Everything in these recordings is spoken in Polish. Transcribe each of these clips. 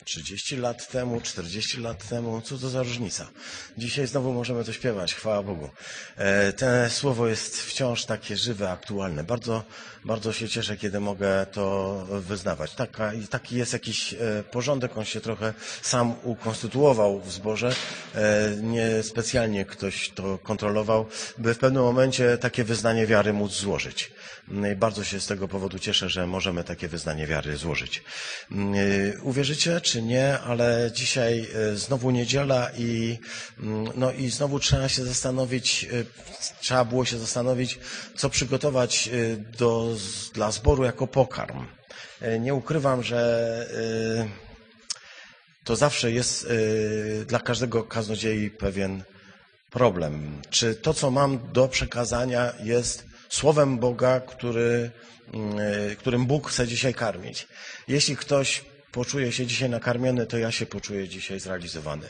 30 lat temu, 40 lat temu, co to za różnica? Dzisiaj znowu możemy to śpiewać, chwała Bogu. To słowo jest wciąż takie żywe, aktualne. Bardzo, bardzo się cieszę, kiedy mogę to wyznawać. Taki jest jakiś porządek, on się trochę sam ukonstytuował w zborze. Nie specjalnie ktoś to kontrolował, by w pewnym momencie takie wyznanie wiary móc złożyć. Bardzo się z tego powodu cieszę, że możemy takie wyznanie wiary złożyć. Uwierzycie czy nie, ale dzisiaj znowu niedziela i znowu trzeba było się zastanowić, co przygotować dla zboru jako pokarm. Nie ukrywam, że to zawsze jest dla każdego kaznodziei pewien problem. Czy to, co mam do przekazania, jest słowem Boga, którym Bóg chce dzisiaj karmić? Jeśli ktoś poczuje się dzisiaj nakarmiony, to ja się poczuję dzisiaj zrealizowany.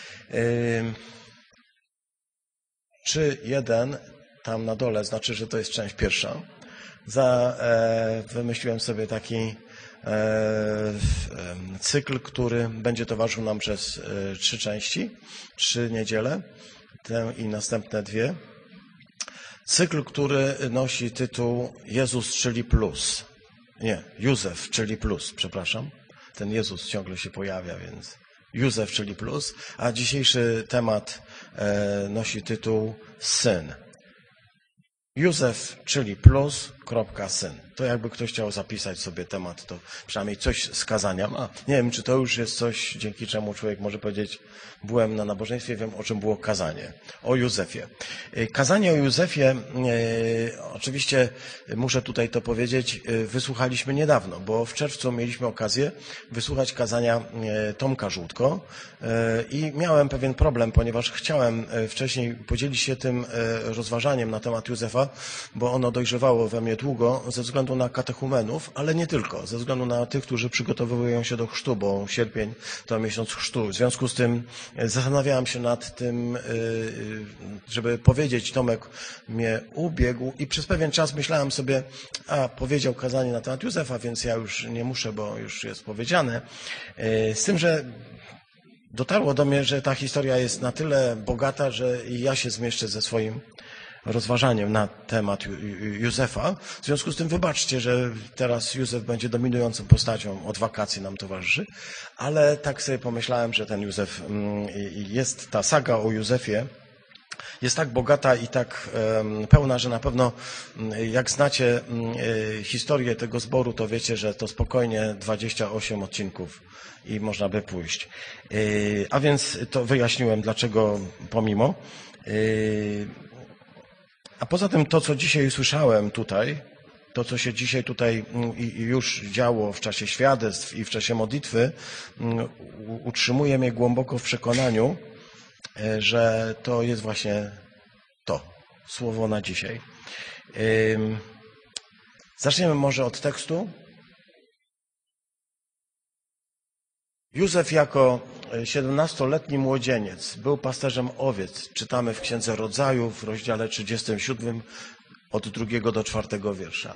Czy jeden tam na dole znaczy, że to jest część pierwsza? Wymyśliłem sobie taki cykl, który będzie towarzyszył nam przez 3 części, 3 niedziele, tę i następne 2. Cykl, który nosi tytuł Jezus, czyli plus. Nie, Józef, czyli plus, przepraszam. Ten Jezus ciągle się pojawia, więc Józef, czyli plus. A dzisiejszy temat nosi tytuł Syn. Józef, czyli plus, syn. To jakby ktoś chciał zapisać sobie temat, to przynajmniej coś z kazania ma. Nie wiem, czy to już jest coś, dzięki czemu człowiek może powiedzieć, byłem na nabożeństwie, wiem, o czym było kazanie. O Józefie. Kazanie o Józefie, oczywiście muszę tutaj to powiedzieć, wysłuchaliśmy niedawno, bo w czerwcu mieliśmy okazję wysłuchać kazania Tomka Żółtko i miałem pewien problem, ponieważ chciałem wcześniej podzielić się tym rozważaniem na temat Józefa, bo ono dojrzewało we mnie długo ze względu na katechumenów, ale nie tylko, ze względu na tych, którzy przygotowują się do chrztu, bo sierpień to miesiąc chrztu. W związku z tym zastanawiałem się nad tym, żeby powiedzieć, Tomek mnie ubiegł i przez pewien czas myślałem sobie, powiedział kazanie na temat Józefa, więc ja już nie muszę, bo już jest powiedziane. Z tym, że dotarło do mnie, że ta historia jest na tyle bogata, że i ja się zmieszczę ze swoim rozważaniem na temat Józefa. W związku z tym wybaczcie, że teraz Józef będzie dominującą postacią, od wakacji nam towarzyszy, ale tak sobie pomyślałem, że ten Józef jest, ta saga o Józefie jest tak bogata i tak pełna, że na pewno jak znacie historię tego zboru, to wiecie, że to spokojnie 28 odcinków i można by pójść. A więc to wyjaśniłem, dlaczego pomimo. A poza tym to, co dzisiaj słyszałem tutaj, to, co się dzisiaj tutaj już działo w czasie świadectw i w czasie modlitwy, utrzymuje mnie głęboko w przekonaniu, że to jest właśnie to słowo na dzisiaj. Zaczniemy może od tekstu. Józef jako 17-letni młodzieniec był pasterzem owiec. Czytamy w Księdze Rodzajów w rozdziale 37 od 2 do 4 wiersza.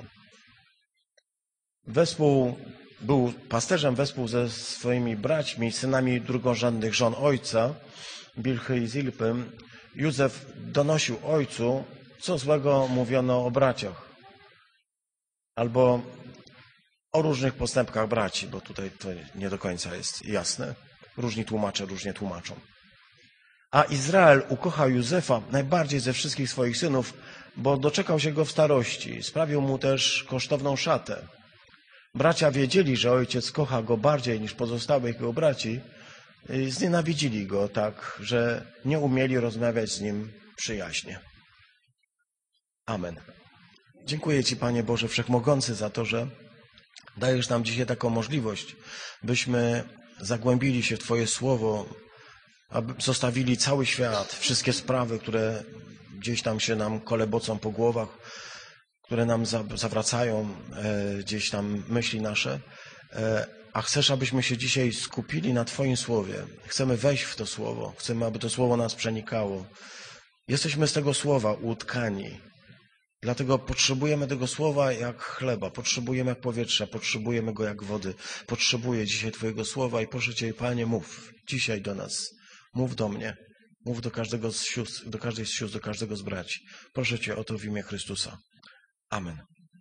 Był pasterzem wespół ze swoimi braćmi, synami drugorzędnych żon ojca, Bilchy i Zilpy. Józef donosił ojcu, co złego mówiono o braciach, albo o różnych postępkach braci, bo tutaj to nie do końca jest jasne. Różni tłumacze różnie tłumaczą. A Izrael ukochał Józefa najbardziej ze wszystkich swoich synów, bo doczekał się go w starości. Sprawił mu też kosztowną szatę. Bracia wiedzieli, że ojciec kocha go bardziej niż pozostałych jego braci. Znienawidzili go tak, że nie umieli rozmawiać z nim przyjaźnie. Amen. Dziękuję Ci, Panie Boże Wszechmogący, za to, że dajesz nam dzisiaj taką możliwość, byśmy zagłębili się w Twoje słowo, aby zostawili cały świat, wszystkie sprawy, które gdzieś tam się nam kolebocą po głowach, które nam zawracają gdzieś tam myśli nasze, a chcesz, abyśmy się dzisiaj skupili na Twoim słowie. Chcemy wejść w to słowo, chcemy, aby to słowo nas przenikało. Jesteśmy z tego słowa utkani. Dlatego potrzebujemy tego słowa jak chleba, potrzebujemy jak powietrza, potrzebujemy go jak wody. Potrzebuję dzisiaj Twojego słowa i proszę Cię, Panie, mów dzisiaj do nas. Mów do mnie. Mów do każdego z sióstr, do każdej z sióstr, do każdego z braci. Proszę Cię o to w imię Chrystusa. Amen.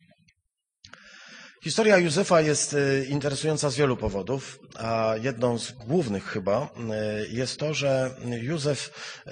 Historia Józefa jest interesująca z wielu powodów, a jedną z głównych chyba jest to, że Józef,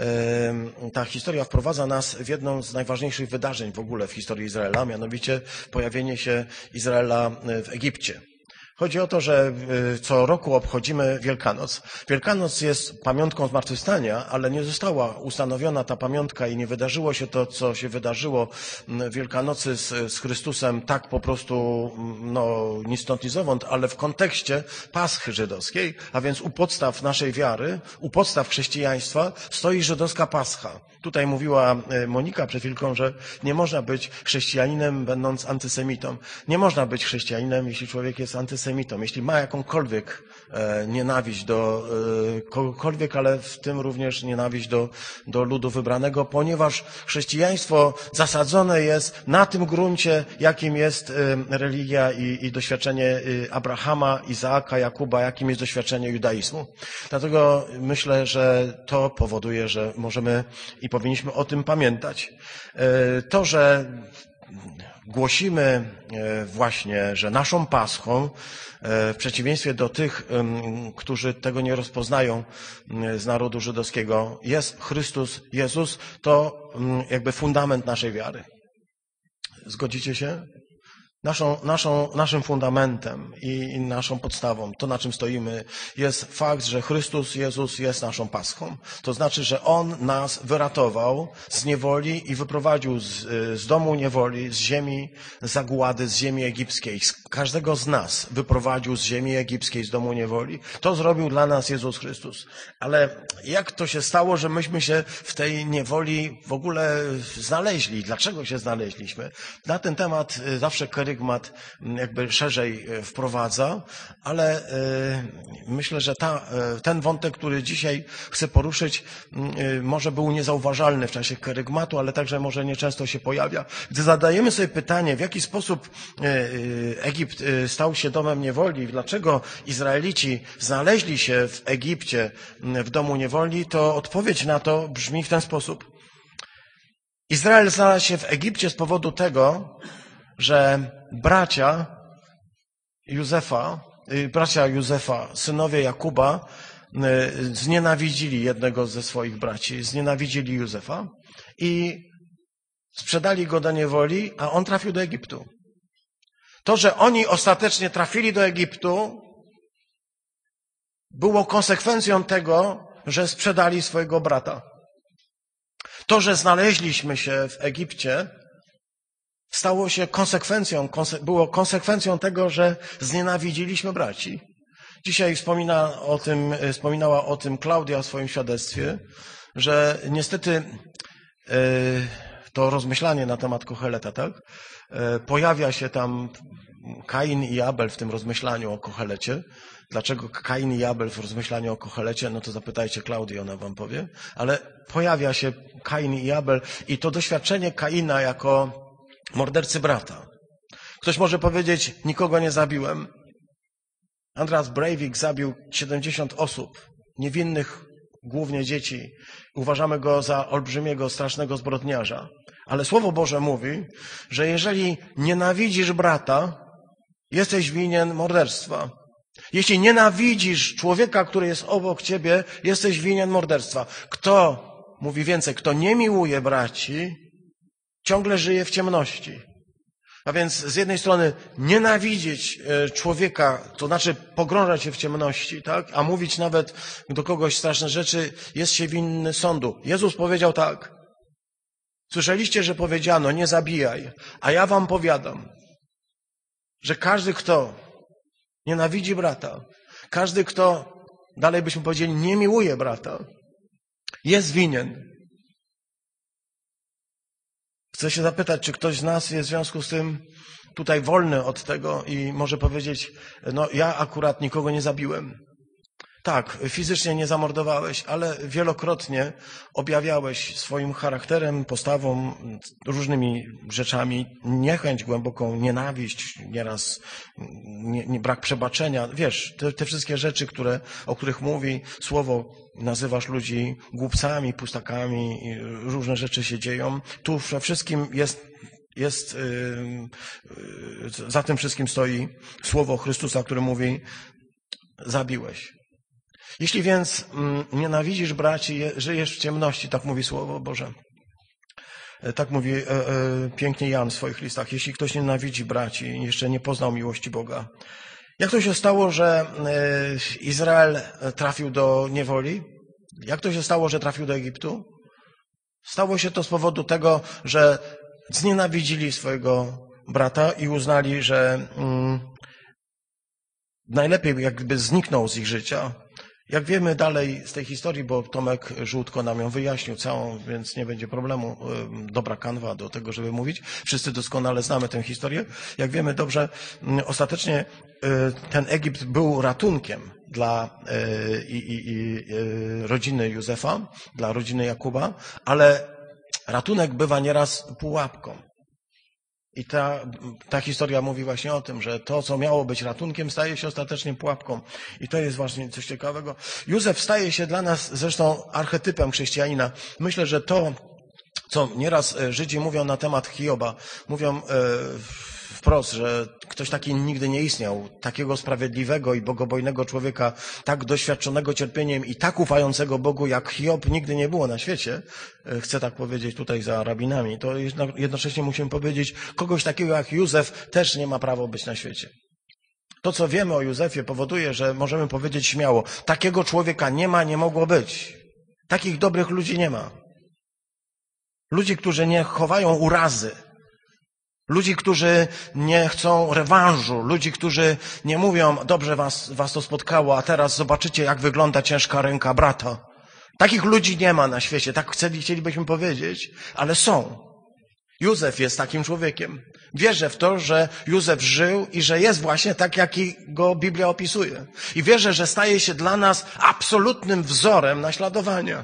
ta historia wprowadza nas w jedną z najważniejszych wydarzeń w ogóle w historii Izraela, mianowicie pojawienie się Izraela w Egipcie. Chodzi o to, że co roku obchodzimy Wielkanoc. Wielkanoc jest pamiątką zmartwychwstania, ale nie została ustanowiona ta pamiątka i nie wydarzyło się to, co się wydarzyło w Wielkanocy z Chrystusem tak po prostu, ni stąd, ni zowąd, ale w kontekście Paschy żydowskiej, a więc u podstaw naszej wiary, u podstaw chrześcijaństwa stoi żydowska Pascha. Tutaj mówiła Monika przed chwilką, że nie można być chrześcijaninem będąc antysemitą. Nie można być chrześcijaninem, jeśli człowiek jest antysemitą. Jeśli ma jakąkolwiek nienawiść do kogokolwiek, ale w tym również nienawiść do ludu wybranego, ponieważ chrześcijaństwo zasadzone jest na tym gruncie, jakim jest religia i doświadczenie Abrahama, Izaaka, Jakuba, jakim jest doświadczenie judaizmu. Dlatego myślę, że to powoduje, że możemy i powinniśmy o tym pamiętać. To, że głosimy właśnie, że naszą Paschą, w przeciwieństwie do tych, którzy tego nie rozpoznają z narodu żydowskiego, jest Chrystus Jezus, to jakby fundament naszej wiary. Zgodzicie się? Naszym fundamentem i naszą podstawą, to na czym stoimy, jest fakt, że Chrystus Jezus jest naszą Paschą. To znaczy, że On nas wyratował z niewoli i wyprowadził z domu niewoli, z ziemi zagłady, z ziemi egipskiej. Każdego z nas wyprowadził z ziemi egipskiej, z domu niewoli. To zrobił dla nas Jezus Chrystus. Ale jak to się stało, że myśmy się w tej niewoli w ogóle znaleźli? Dlaczego się znaleźliśmy? Na ten temat zawsze kerygmat jakby szerzej wprowadza, ale myślę, że ten wątek, który dzisiaj chcę poruszyć, może był niezauważalny w czasie kerygmatu, ale także może nieczęsto się pojawia. Gdy zadajemy sobie pytanie, w jaki sposób Egipt stał się domem niewoli, dlaczego Izraelici znaleźli się w Egipcie, w domu niewoli, to odpowiedź na to brzmi w ten sposób. Izrael znalazł się w Egipcie z powodu tego, że bracia Józefa, synowie Jakuba, znienawidzili jednego ze swoich braci, znienawidzili Józefa i sprzedali go do niewoli, a on trafił do Egiptu. To, że oni ostatecznie trafili do Egiptu, było konsekwencją tego, że sprzedali swojego brata. To, że znaleźliśmy się w Egipcie, stało się było konsekwencją tego, że znienawidziliśmy braci. Dzisiaj wspominała o tym Klaudia w swoim świadectwie, że niestety to rozmyślanie na temat Koheleta, tak? Pojawia się tam Kain i Abel w tym rozmyślaniu o Kohelecie. Dlaczego Kain i Abel w rozmyślaniu o Kohelecie? No to zapytajcie Klaudii, ona wam powie. Ale pojawia się Kain i Abel i to doświadczenie Kaina jako mordercy brata. Ktoś może powiedzieć, nikogo nie zabiłem. Andreas Breivik zabił 70 osób, niewinnych, głównie dzieci. Uważamy go za olbrzymiego, strasznego zbrodniarza. Ale Słowo Boże mówi, że jeżeli nienawidzisz brata, jesteś winien morderstwa. Jeśli nienawidzisz człowieka, który jest obok ciebie, jesteś winien morderstwa. Mówi więcej, kto nie miłuje braci, ciągle żyje w ciemności. A więc z jednej strony nienawidzieć człowieka, to znaczy pogrążać się w ciemności, tak? A mówić nawet do kogoś straszne rzeczy, jest się winny sądu. Jezus powiedział tak. Słyszeliście, że powiedziano, nie zabijaj, a ja wam powiadam, że każdy, kto nienawidzi brata, każdy, kto, dalej byśmy powiedzieli, nie miłuje brata, jest winien. Chcę się zapytać, czy ktoś z nas jest w związku z tym tutaj wolny od tego i może powiedzieć, no ja akurat nikogo nie zabiłem. Tak, fizycznie nie zamordowałeś, ale wielokrotnie objawiałeś swoim charakterem, postawą, różnymi rzeczami niechęć, głęboką nienawiść, nieraz brak przebaczenia. Wiesz, te wszystkie rzeczy, o których mówi słowo, nazywasz ludzi głupcami, pustakami, różne rzeczy się dzieją. Tu we wszystkim za tym wszystkim stoi słowo Chrystusa, który mówi: zabiłeś. Jeśli więc nienawidzisz braci, żyjesz w ciemności, tak mówi Słowo Boże. Tak mówi pięknie Jan w swoich listach. Jeśli ktoś nienawidzi braci, jeszcze nie poznał miłości Boga. Jak to się stało, że Izrael trafił do niewoli? Jak to się stało, że trafił do Egiptu? Stało się to z powodu tego, że znienawidzili swojego brata i uznali, że najlepiej jakby zniknął z ich życia. Jak wiemy dalej z tej historii, bo Tomek Żółtko nam ją wyjaśnił całą, więc nie będzie problemu, dobra kanwa do tego, żeby mówić. Wszyscy doskonale znamy tę historię. Jak wiemy dobrze, ostatecznie ten Egipt był ratunkiem dla rodziny Józefa, dla rodziny Jakuba, ale ratunek bywa nieraz pułapką. I ta historia mówi właśnie o tym, że to, co miało być ratunkiem, staje się ostatecznie pułapką. I to jest właśnie coś ciekawego. Józef staje się dla nas zresztą archetypem chrześcijanina. Myślę, że to, co nieraz Żydzi mówią na temat Hioba, mówią wprost, że ktoś taki nigdy nie istniał, takiego sprawiedliwego i bogobojnego człowieka, tak doświadczonego cierpieniem i tak ufającego Bogu jak Hiob nigdy nie było na świecie. Chcę tak powiedzieć tutaj za rabinami. To jednocześnie musimy powiedzieć, kogoś takiego jak Józef też nie ma prawa być na świecie. To, co wiemy o Józefie, powoduje, że możemy powiedzieć śmiało, takiego człowieka nie ma, nie mogło być. Takich dobrych ludzi nie ma. Ludzi, którzy nie chowają urazy. Ludzi, którzy nie chcą rewanżu, ludzi, którzy nie mówią, dobrze was to spotkało, a teraz zobaczycie, jak wygląda ciężka ręka brata. Takich ludzi nie ma na świecie, tak chcielibyśmy powiedzieć, ale są. Józef jest takim człowiekiem. Wierzę w to, że Józef żył i że jest właśnie tak, jak go Biblia opisuje. I wierzę, że staje się dla nas absolutnym wzorem naśladowania.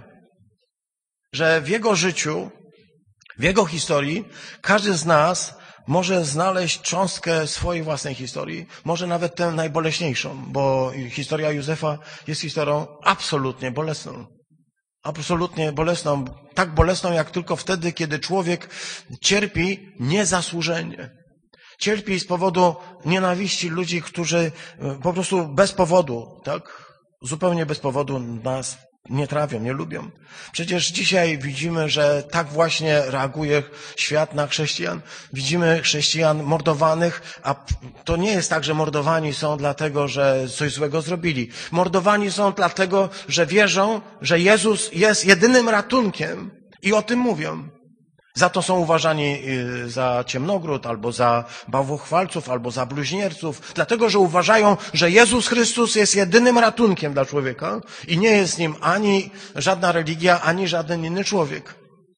Że w jego życiu, w jego historii, każdy z nas może znaleźć cząstkę swojej własnej historii, może nawet tę najboleśniejszą, bo historia Józefa jest historią absolutnie bolesną. Absolutnie bolesną. Tak bolesną jak tylko wtedy, kiedy człowiek cierpi niezasłużenie. Cierpi z powodu nienawiści ludzi, którzy po prostu bez powodu, tak? Zupełnie bez powodu nas nie trawią, nie lubią. Przecież dzisiaj widzimy, że tak właśnie reaguje świat na chrześcijan. Widzimy chrześcijan mordowanych, a to nie jest tak, że mordowani są dlatego, że coś złego zrobili. Mordowani są dlatego, że wierzą, że Jezus jest jedynym ratunkiem i o tym mówią. Za to są uważani za ciemnogród, albo za bałwochwalców, albo za bluźnierców, dlatego, że uważają, że Jezus Chrystus jest jedynym ratunkiem dla człowieka i nie jest nim ani żadna religia, ani żaden inny człowiek.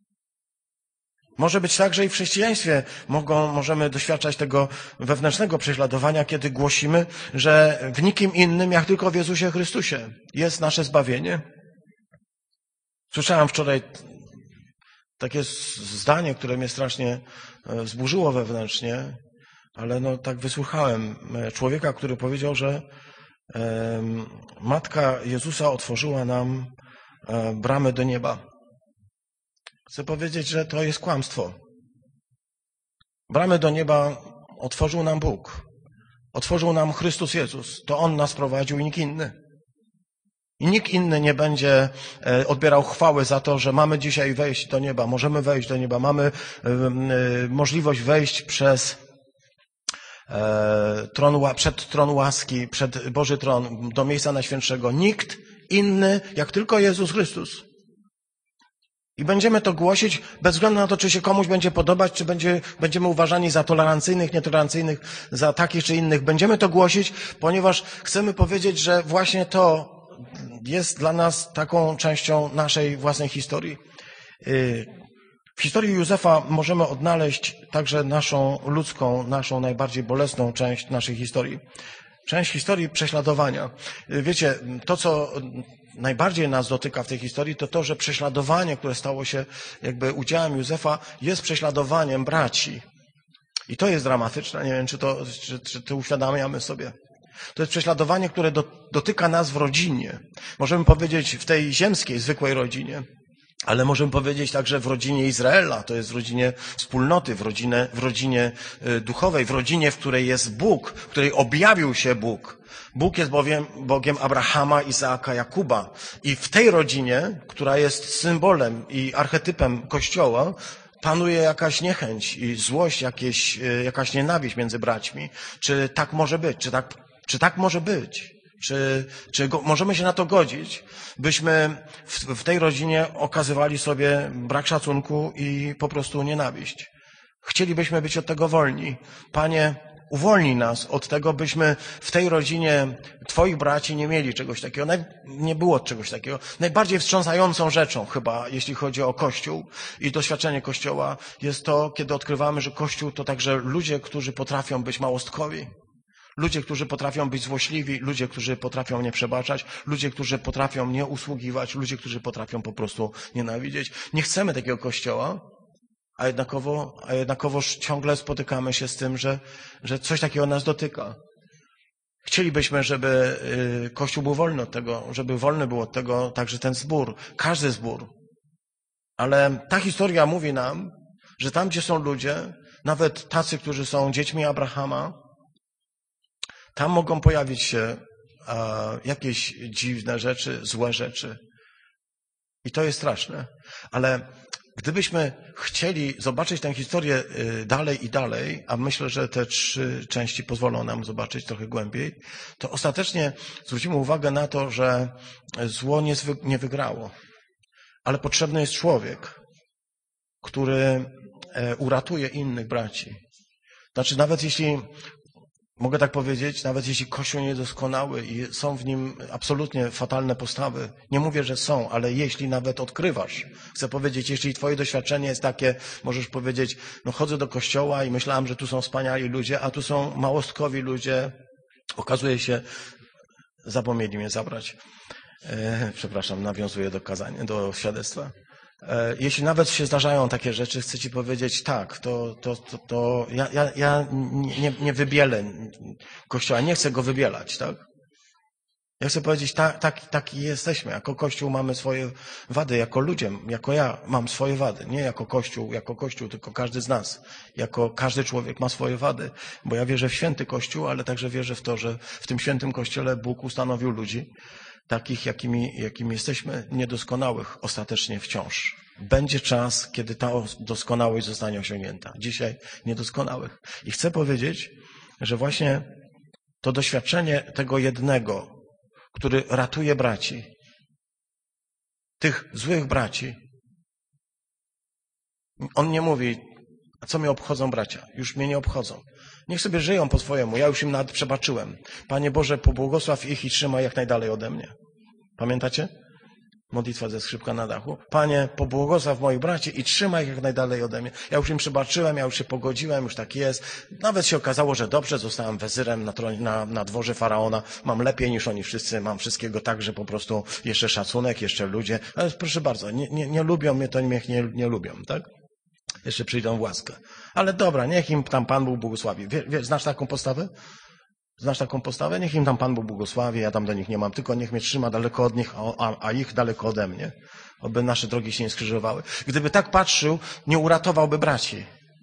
Może być tak, że i w chrześcijaństwie możemy doświadczać tego wewnętrznego prześladowania, kiedy głosimy, że w nikim innym, jak tylko w Jezusie Chrystusie jest nasze zbawienie. Słyszałem wczoraj takie zdanie, które mnie strasznie wzburzyło wewnętrznie, ale tak wysłuchałem człowieka, który powiedział, że Matka Jezusa otworzyła nam bramy do nieba. Chcę powiedzieć, że to jest kłamstwo. Bramy do nieba otworzył nam Bóg. Otworzył nam Chrystus Jezus. To On nas prowadził i nikt inny. I nikt inny nie będzie odbierał chwały za to, że mamy dzisiaj wejść do nieba. Możemy wejść do nieba. Mamy możliwość wejść przez przed tron łaski, przed Boży tron, do miejsca najświętszego. Nikt inny, jak tylko Jezus Chrystus. I będziemy to głosić bez względu na to, czy się komuś będzie podobać, czy będziemy uważani za tolerancyjnych, nietolerancyjnych, za takich czy innych. Będziemy to głosić, ponieważ chcemy powiedzieć, że właśnie to jest dla nas taką częścią naszej własnej historii. W historii Józefa możemy odnaleźć także naszą ludzką, naszą najbardziej bolesną część naszej historii. Część historii prześladowania. Wiecie, to co najbardziej nas dotyka w tej historii, to to, że prześladowanie, które stało się jakby udziałem Józefa, jest prześladowaniem braci. I to jest dramatyczne. Nie wiem, czy to uświadamiamy sobie. To jest prześladowanie, które dotyka nas w rodzinie. Możemy powiedzieć w tej ziemskiej, zwykłej rodzinie. Ale możemy powiedzieć także w rodzinie Izraela, to jest w rodzinie wspólnoty, w rodzinie duchowej, w rodzinie, w której jest Bóg, w której objawił się Bóg. Bóg jest bowiem Bogiem Abrahama, Izaaka, Jakuba. I w tej rodzinie, która jest symbolem i archetypem Kościoła, panuje jakaś niechęć i złość, jakaś nienawiść między braćmi. Czy tak może być? Czy tak może być? Czy możemy się na to godzić, byśmy w tej rodzinie okazywali sobie brak szacunku i po prostu nienawiść? Chcielibyśmy być od tego wolni. Panie, uwolnij nas od tego, byśmy w tej rodzinie Twoich braci nie mieli czegoś takiego. Nie było czegoś takiego. Najbardziej wstrząsającą rzeczą chyba, jeśli chodzi o Kościół i doświadczenie Kościoła, jest to, kiedy odkrywamy, że Kościół to także ludzie, którzy potrafią być małostkowi. Ludzie, którzy potrafią być złośliwi, ludzie, którzy potrafią nie przebaczać, ludzie, którzy potrafią nie usługiwać, ludzie, którzy potrafią po prostu nienawidzieć. Nie chcemy takiego Kościoła, a jednakowo ciągle spotykamy się z tym, że coś takiego nas dotyka. Chcielibyśmy, żeby Kościół był wolny od tego, żeby wolny był od tego także ten zbór, każdy zbór. Ale ta historia mówi nam, że tam, gdzie są ludzie, nawet tacy, którzy są dziećmi Abrahama, tam mogą pojawić się jakieś dziwne rzeczy, złe rzeczy. I to jest straszne. Ale gdybyśmy chcieli zobaczyć tę historię dalej i dalej, a myślę, że te 3 części pozwolą nam zobaczyć trochę głębiej, to ostatecznie zwrócimy uwagę na to, że zło nie wygrało. Ale potrzebny jest człowiek, który uratuje innych braci. Znaczy, nawet jeśli mogę tak powiedzieć, nawet jeśli Kościół niedoskonały i są w nim absolutnie fatalne postawy, nie mówię, że są, ale jeśli nawet odkrywasz, chcę powiedzieć, jeśli twoje doświadczenie jest takie, możesz powiedzieć, no chodzę do Kościoła i myślałem, że tu są wspaniali ludzie, a tu są małostkowi ludzie, okazuje się, zapomnieli mnie zabrać. Przepraszam, nawiązuję do świadectwa. Jeśli nawet się zdarzają takie rzeczy, chcę ci powiedzieć, tak, to ja nie wybielę Kościoła, nie chcę go wybielać, tak? Ja chcę powiedzieć, taki jesteśmy. Jako Kościół mamy swoje wady, jako ludzie, jako ja mam swoje wady. Nie jako Kościół, tylko każdy z nas. Jako każdy człowiek ma swoje wady. Bo ja wierzę w święty Kościół, ale także wierzę w to, że w tym świętym Kościele Bóg ustanowił ludzi, takich, jakimi jesteśmy, niedoskonałych ostatecznie wciąż. Będzie czas, kiedy ta doskonałość zostanie osiągnięta. Dzisiaj niedoskonałych. I chcę powiedzieć, że właśnie to doświadczenie tego jednego, który ratuje braci, tych złych braci, on nie mówi, a co mnie obchodzą bracia? Już mnie nie obchodzą. Niech sobie żyją po swojemu. Ja już im nawet przebaczyłem. Panie Boże, pobłogosław ich i trzymaj jak najdalej ode mnie. Pamiętacie? Modlitwa ze skrzypka na dachu. Panie, pobłogosław moich braci i trzymaj ich jak najdalej ode mnie. Ja już im przebaczyłem, ja już się pogodziłem, już tak jest. Nawet się okazało, że dobrze, zostałem wezyrem na dworze Faraona. Mam lepiej niż oni wszyscy, mam wszystkiego tak, że po prostu jeszcze szacunek, jeszcze ludzie. Ale proszę bardzo, nie lubią mnie, to niech nie lubią, tak? Jeszcze przyjdą w łaskę. Ale dobra, niech im tam Pan Bóg błogosławi. Znasz taką postawę? Znasz taką postawę? Niech im tam Pan Bóg błogosławi, ja tam do nich nie mam, tylko niech mnie trzyma daleko od nich, a ich daleko ode mnie. Oby nasze drogi się nie skrzyżowały. Gdyby tak patrzył, nie uratowałby braci.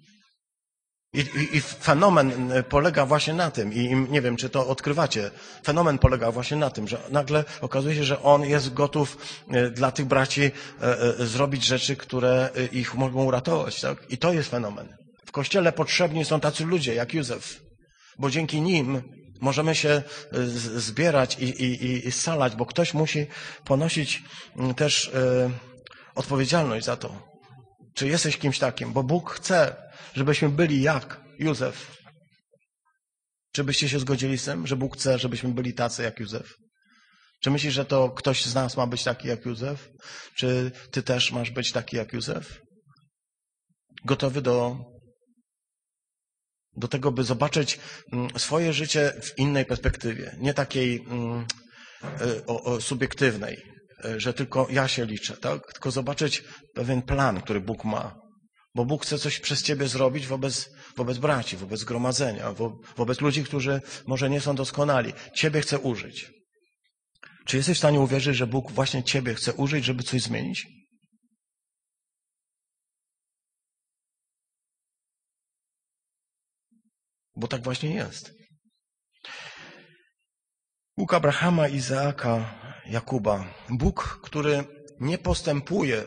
I fenomen polega właśnie na tym, i nie wiem, czy to odkrywacie, fenomen polega właśnie na tym, że nagle okazuje się, że on jest gotów dla tych braci zrobić rzeczy, które ich mogą uratować. Tak? I to jest fenomen. W Kościele potrzebni są tacy ludzie jak Józef, bo dzięki nim możemy się zbierać i scalać, bo ktoś musi ponosić też odpowiedzialność za to. Czy jesteś kimś takim? Bo Bóg chce, żebyśmy byli jak Józef. Czy byście się zgodzili z tym, że Bóg chce, żebyśmy byli tacy jak Józef? Czy myślisz, że to ktoś z nas ma być taki jak Józef? Czy ty też masz być taki jak Józef? Gotowy do tego, by zobaczyć swoje życie w innej perspektywie, nie takiej subiektywnej, że tylko ja się liczę, tak? Tylko zobaczyć pewien plan, który Bóg ma. Bo Bóg chce coś przez ciebie zrobić wobec braci, wobec zgromadzenia, wobec ludzi, którzy może nie są doskonali. Ciebie chce użyć. Czy jesteś w stanie uwierzyć, że Bóg właśnie ciebie chce użyć, żeby coś zmienić? Bo tak właśnie jest. Bóg Abrahama, Izaaka, Jakuba. Bóg, który nie postępuje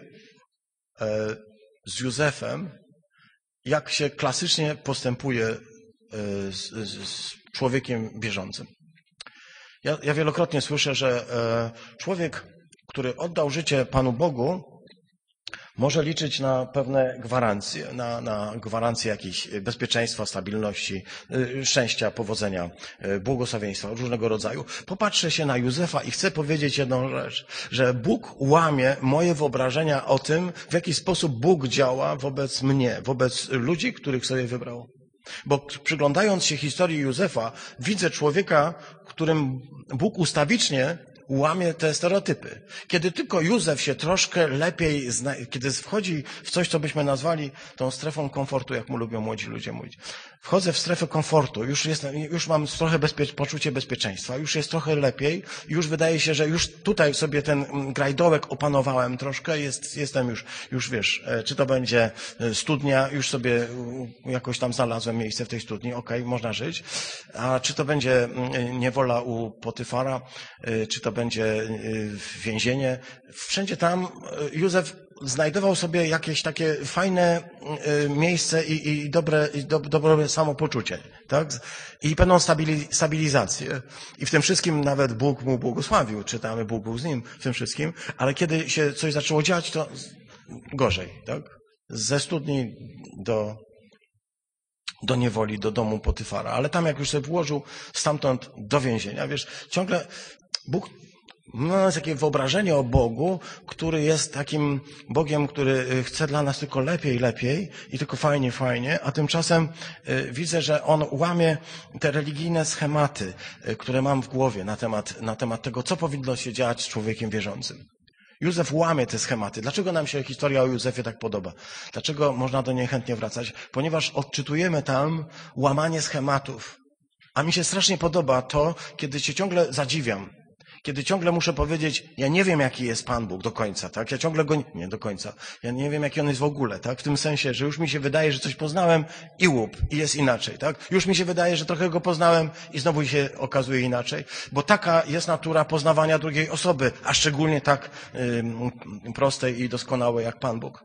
z Józefem, jak się klasycznie postępuje z człowiekiem wierzącym. Ja wielokrotnie słyszę, że człowiek, który oddał życie Panu Bogu, może liczyć na pewne gwarancje, na gwarancje jakiejś bezpieczeństwa, stabilności, szczęścia, powodzenia, błogosławieństwa różnego rodzaju. Popatrzę się na Józefa i chcę powiedzieć jedną rzecz, że Bóg łamie moje wyobrażenia o tym, w jaki sposób Bóg działa wobec mnie, wobec ludzi, których sobie wybrał. Bo przyglądając się historii Józefa, widzę człowieka, którym Bóg ustawicznie łamie te stereotypy. Kiedy tylko Józef się troszkę lepiej kiedy wchodzi w coś, co byśmy nazwali tą strefą komfortu, jak mu lubią młodzi ludzie mówić. Wchodzę w strefę komfortu, już mam trochę poczucie bezpieczeństwa, już jest trochę lepiej, już wydaje się, że już tutaj sobie ten grajdołek opanowałem troszkę, jestem już wiesz, czy to będzie studnia, już sobie jakoś tam znalazłem miejsce w tej studni, okej, można żyć, a czy to będzie niewola u Potyfara, czy to będzie więzienie, wszędzie tam Józef znajdował sobie jakieś takie fajne miejsce i dobre samopoczucie, tak? I pewną stabilizację. I w tym wszystkim nawet Bóg mu błogosławił, czytamy, Bóg był z nim w tym wszystkim, ale kiedy się coś zaczęło dziać, to gorzej, tak? Ze studni do niewoli, do domu Potyfara. Ale tam jak już sobie włożył, stamtąd do więzienia, wiesz, ciągle Bóg ma takie wyobrażenie o Bogu, który jest takim Bogiem, który chce dla nas tylko lepiej i tylko fajnie, a tymczasem widzę, że On łamie te religijne schematy, które mam w głowie na temat tego, co powinno się dziać z człowiekiem wierzącym. Józef łamie te schematy. Dlaczego nam się historia o Józefie tak podoba? Dlaczego można do niej chętnie wracać? Ponieważ odczytujemy tam łamanie schematów. A mi się strasznie podoba to, kiedy się ciągle zadziwiam. Kiedy ciągle muszę powiedzieć, ja nie wiem, jaki jest Pan Bóg do końca, tak? Ja ciągle go nie do końca. Ja nie wiem, jaki on jest w ogóle, tak? W tym sensie, że już mi się wydaje, że coś poznałem i i jest inaczej, tak? Już mi się wydaje, że trochę go poznałem i znowu się okazuje inaczej, bo taka jest natura poznawania drugiej osoby, a szczególnie tak prostej i doskonałej jak Pan Bóg.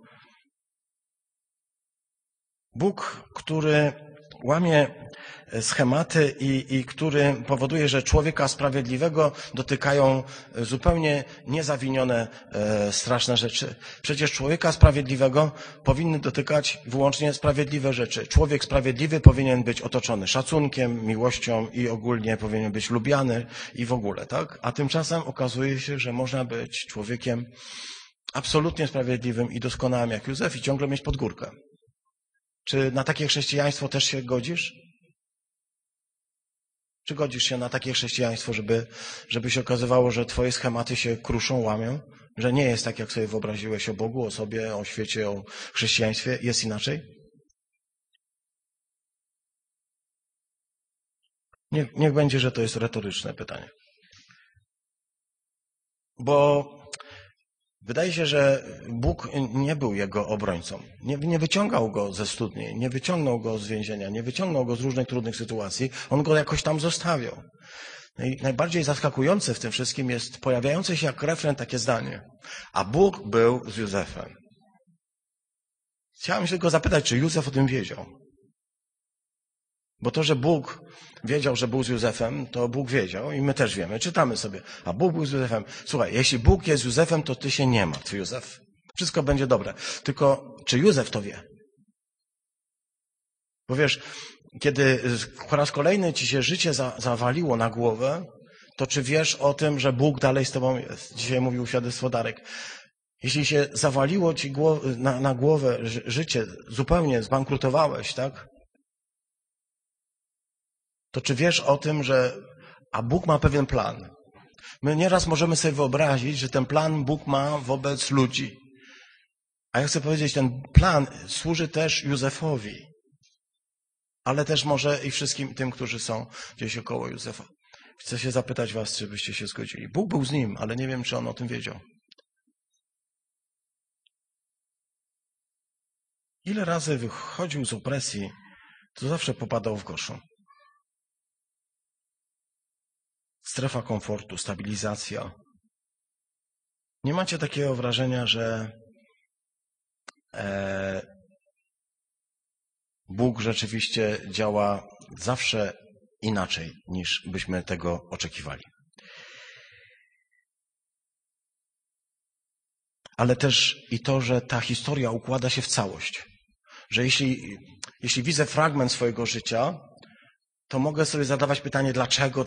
Bóg, który łamie schematy i który powoduje, że człowieka sprawiedliwego dotykają zupełnie niezawinione, straszne rzeczy. Przecież człowieka sprawiedliwego powinny dotykać wyłącznie sprawiedliwe rzeczy. Człowiek sprawiedliwy powinien być otoczony szacunkiem, miłością i ogólnie powinien być lubiany i w ogóle, tak? A tymczasem okazuje się, że można być człowiekiem absolutnie sprawiedliwym i doskonałym jak Józef i ciągle mieć pod górkę. Czy na takie chrześcijaństwo też się godzisz? Czy godzisz się na takie chrześcijaństwo, żeby się okazywało, że twoje schematy się kruszą, łamią? Że nie jest tak, jak sobie wyobraziłeś o Bogu, o sobie, o świecie, o chrześcijaństwie? Jest inaczej? Niech będzie, że to jest retoryczne pytanie. Bo wydaje się, że Bóg nie był jego obrońcą. Nie wyciągał go ze studni, nie wyciągnął go z więzienia, nie wyciągnął go z różnych trudnych sytuacji. On go jakoś tam zostawiał. I najbardziej zaskakujące w tym wszystkim jest pojawiające się jak refren takie zdanie. A Bóg był z Józefem. Chciałem się tylko zapytać, czy Józef o tym wiedział. Bo to, że Bóg wiedział, że był z Józefem, to Bóg wiedział i my też wiemy. Czytamy sobie. A Bóg był z Józefem. Słuchaj, jeśli Bóg jest z Józefem, to ty się nie martw, Józef. Wszystko będzie dobre. Tylko czy Józef to wie? Bo wiesz, kiedy po raz kolejny ci się życie zawaliło na głowę, to czy wiesz o tym, że Bóg dalej z tobą jest? Dzisiaj mówił świadectwo Darek. Jeśli się zawaliło ci na głowę życie, zupełnie zbankrutowałeś, tak? to czy wiesz o tym, a Bóg ma pewien plan? My nieraz możemy sobie wyobrazić, że ten plan Bóg ma wobec ludzi. A ja chcę powiedzieć, ten plan służy też Józefowi, ale też może i wszystkim tym, którzy są gdzieś około Józefa. Chcę się zapytać was, czy byście się zgodzili. Bóg był z nim, ale nie wiem, czy on o tym wiedział. Ile razy wychodził z opresji, to zawsze popadał w gorszą. Strefa komfortu, stabilizacja. Nie macie takiego wrażenia, że Bóg rzeczywiście działa zawsze inaczej, niż byśmy tego oczekiwali. Ale też i to, że ta historia układa się w całość. Że jeśli widzę fragment swojego życia, to mogę sobie zadawać pytanie dlaczego.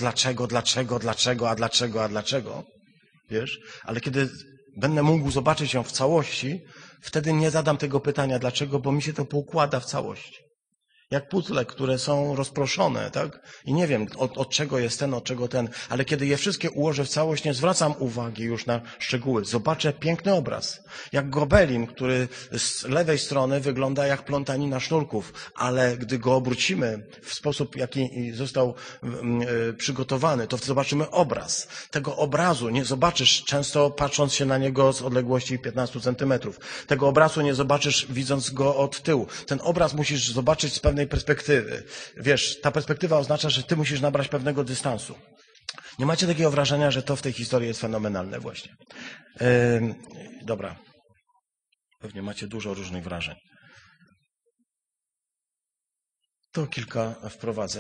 Wiesz? Ale kiedy będę mógł zobaczyć ją w całości, wtedy nie zadam tego pytania dlaczego, bo mi się to poukłada w całość. Jak puzzle, które są rozproszone, tak? I nie wiem, od czego jest ten, od czego ten, ale kiedy je wszystkie ułożę w całość, nie zwracam uwagi już na szczegóły. Zobaczę piękny obraz. Jak gobelin, który z lewej strony wygląda jak plątanina sznurków, ale gdy go obrócimy w sposób, jaki został przygotowany, to zobaczymy obraz. Tego obrazu nie zobaczysz często patrząc się na niego z odległości 15 centymetrów. Tego obrazu nie zobaczysz widząc go od tyłu. Ten obraz musisz zobaczyć z pewnej perspektywy. Wiesz, ta perspektywa oznacza, że ty musisz nabrać pewnego dystansu. Nie macie takiego wrażenia, że to w tej historii jest fenomenalne właśnie. Dobra. Pewnie macie dużo różnych wrażeń. To kilka wprowadzeń.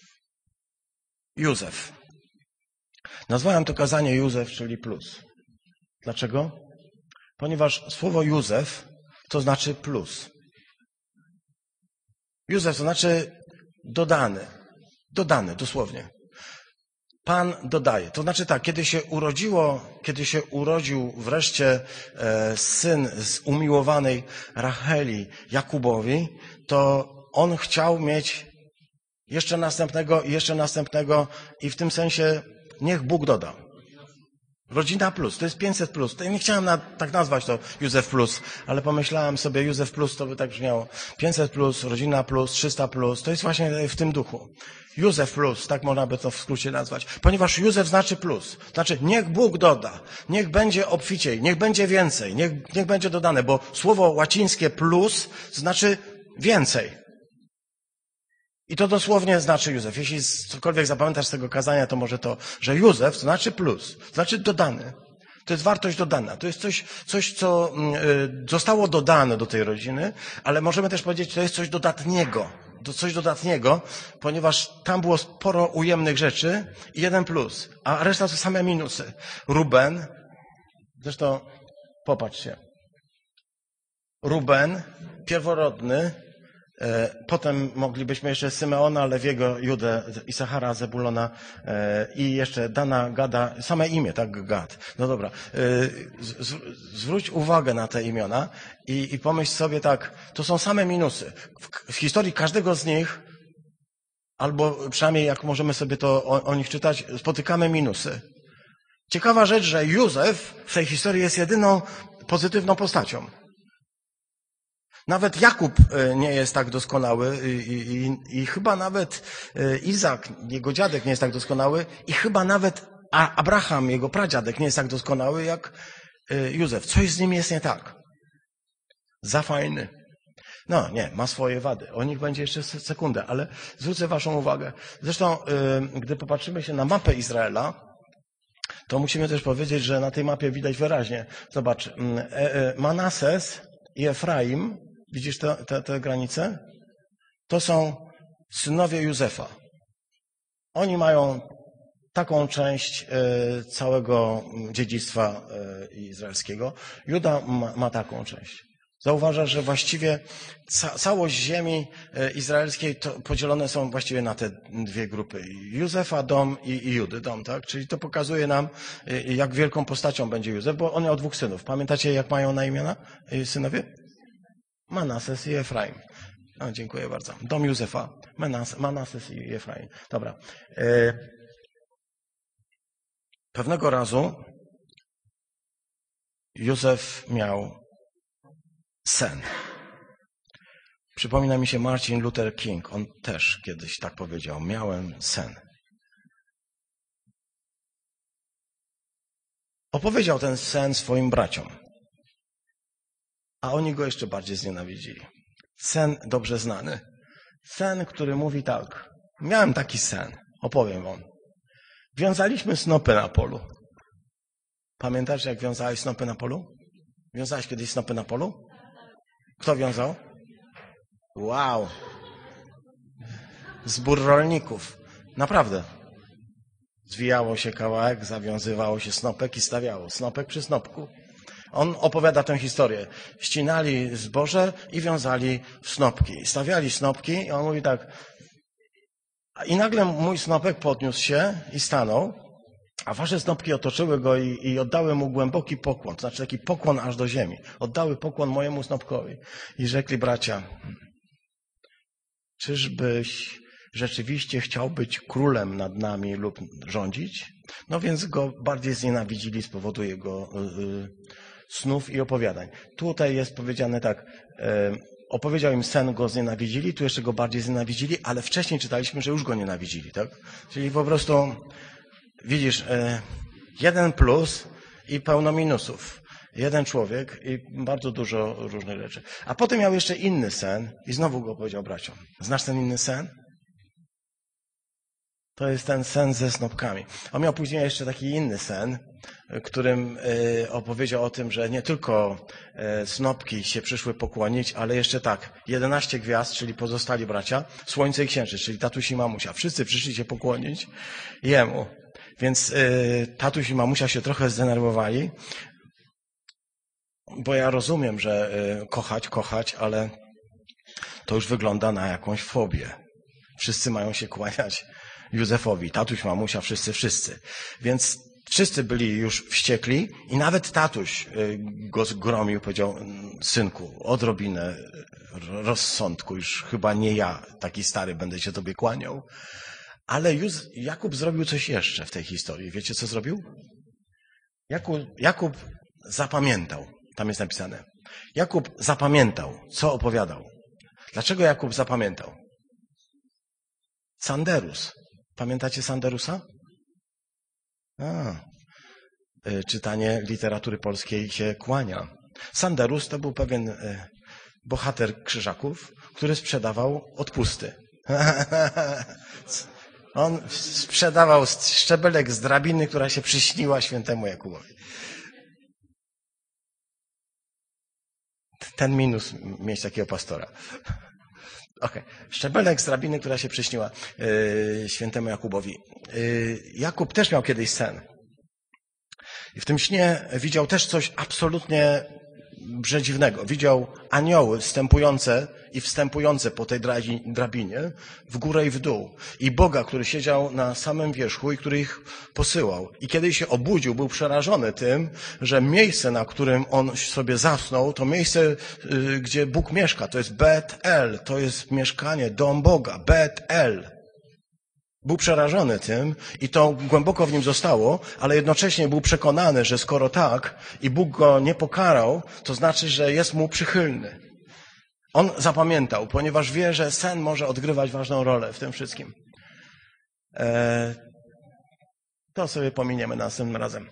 Józef. Nazwałem to kazanie Józef, czyli plus. Dlaczego? Ponieważ słowo Józef to znaczy plus. Józef to znaczy dodany. Dodany, dosłownie. Pan dodaje. To znaczy tak, kiedy się urodził wreszcie syn z umiłowanej Racheli Jakubowi, to on chciał mieć jeszcze następnego i w tym sensie niech Bóg doda. Rodzina plus, to jest 500 plus. To ja nie chciałem tak nazwać to Józef plus, ale pomyślałem sobie Józef plus to by tak brzmiało. 500 plus, rodzina plus, 300 plus, to jest właśnie w tym duchu. Józef plus, tak można by to w skrócie nazwać. Ponieważ Józef znaczy plus. Znaczy niech Bóg doda, niech będzie obficiej, niech będzie więcej, niech będzie dodane, bo słowo łacińskie plus znaczy więcej. I to dosłownie znaczy Józef. Jeśli cokolwiek zapamiętasz z tego kazania, to może to, że Józef to znaczy plus, to znaczy dodany. To jest wartość dodana. To jest coś, co zostało dodane do tej rodziny, ale możemy też powiedzieć, że to jest coś dodatniego, ponieważ tam było sporo ujemnych rzeczy i jeden plus, a reszta to same minusy. Ruben, zresztą popatrzcie, Ruben, pierworodny, potem moglibyśmy jeszcze Symeona, Lewiego, Judę, Isachara, Zebulona i jeszcze Dana, Gada, same imię, tak, Gad. No dobra, zwróć uwagę na te imiona i pomyśl sobie tak, to są same minusy. W historii każdego z nich, albo przynajmniej jak możemy sobie to o nich czytać, spotykamy minusy. Ciekawa rzecz, że Józef w tej historii jest jedyną pozytywną postacią. Nawet Jakub nie jest tak doskonały i chyba nawet Izak, jego dziadek, nie jest tak doskonały i chyba nawet Abraham, jego pradziadek, nie jest tak doskonały jak Józef. Coś z nim jest nie tak. Za fajny. No nie, ma swoje wady. O nich będzie jeszcze sekundę, ale zwrócę waszą uwagę. Zresztą, gdy popatrzymy się na mapę Izraela, to musimy też powiedzieć, że na tej mapie widać wyraźnie. Zobacz, Manases i Efraim, widzisz te granice? To są synowie Józefa. Oni mają taką część całego dziedzictwa izraelskiego. Juda ma taką część. Zauważasz, że właściwie całość ziemi izraelskiej to podzielone są właściwie na te dwie grupy. Józefa dom i Judy dom, tak? Czyli to pokazuje nam, jak wielką postacią będzie Józef, bo on miał dwóch synów. Pamiętacie, jak mają na imiona synowie? Manases i Efraim. O, dziękuję bardzo. Dom Józefa. Manases i Efraim. Dobra. Pewnego razu Józef miał sen. Przypomina mi się Martin Luther King. On też kiedyś tak powiedział. Miałem sen. Opowiedział ten sen swoim braciom. A oni go jeszcze bardziej znienawidzili. Sen dobrze znany. Sen, który mówi tak. Miałem taki sen. Opowiem wam. Wiązaliśmy snopy na polu. Pamiętasz, jak wiązałeś snopy na polu? Wiązałeś kiedyś snopy na polu? Kto wiązał? Wow. Zbór rolników. Naprawdę. Zwijało się kawałek, zawiązywało się snopek i stawiało. Snopek przy snopku. On opowiada tę historię. Ścinali zboże i wiązali w snopki. Stawiali snopki i on mówi tak. I nagle mój snopek podniósł się i stanął, a wasze snopki otoczyły go i oddały mu głęboki pokłon. To znaczy taki pokłon aż do ziemi. Oddały pokłon mojemu snopkowi. I rzekli bracia, czyżbyś rzeczywiście chciał być królem nad nami lub rządzić? No więc go bardziej znienawidzili z powodu jego snów i opowiadań. Tutaj jest powiedziane tak, opowiedział im sen, go znienawidzili, tu jeszcze go bardziej znienawidzili, ale wcześniej czytaliśmy, że już go nienawidzili, tak? Czyli po prostu widzisz, jeden plus i pełno minusów. Jeden człowiek i bardzo dużo różnych rzeczy. A potem miał jeszcze inny sen i znowu go powiedział braciom. Znasz ten inny sen? To jest ten sen ze snopkami. On miał później jeszcze taki inny sen, którym opowiedział o tym, że nie tylko snopki się przyszły pokłonić, ale jeszcze tak, 11 gwiazd, czyli pozostali bracia, słońce i księżyc, czyli tatuś i mamusia. Wszyscy przyszli się pokłonić jemu. Więc tatuś i mamusia się trochę zdenerwowali, bo ja rozumiem, że kochać, ale to już wygląda na jakąś fobię. Wszyscy mają się kłaniać Józefowi, tatuś, mamusia, wszyscy. Więc wszyscy byli już wściekli i nawet tatuś go zgromił, powiedział, synku, odrobinę rozsądku, już chyba nie ja, taki stary, będę się tobie kłaniał. Ale Jakub zrobił coś jeszcze w tej historii. Wiecie, co zrobił? Jakub zapamiętał, tam jest napisane. Jakub zapamiętał, co opowiadał. Dlaczego Jakub zapamiętał? Sanderus. Pamiętacie Sanderusa? Czytanie literatury polskiej się kłania. Sanderus to był pewien bohater krzyżaków, który sprzedawał odpusty. On sprzedawał szczebelek z drabiny, która się przyśniła świętemu Jakubowi. Ten minus mieć takiego pastora. Okay. Szczebelek z drabiny, która się przyśniła świętemu Jakubowi. Jakub też miał kiedyś sen. I w tym śnie widział też coś absolutnie przedziwnego. Widział anioły wstępujące po tej drabinie w górę i w dół. I Boga, który siedział na samym wierzchu i który ich posyłał. I kiedy się obudził, był przerażony tym, że miejsce, na którym on sobie zasnął, to miejsce, gdzie Bóg mieszka. To jest Bet-El. To jest mieszkanie, dom Boga. Bet-El. Był przerażony tym i to głęboko w nim zostało, ale jednocześnie był przekonany, że skoro tak i Bóg go nie pokarał, to znaczy, że jest mu przychylny. On zapamiętał, ponieważ wie, że sen może odgrywać ważną rolę w tym wszystkim. To sobie pominiemy następnym razem.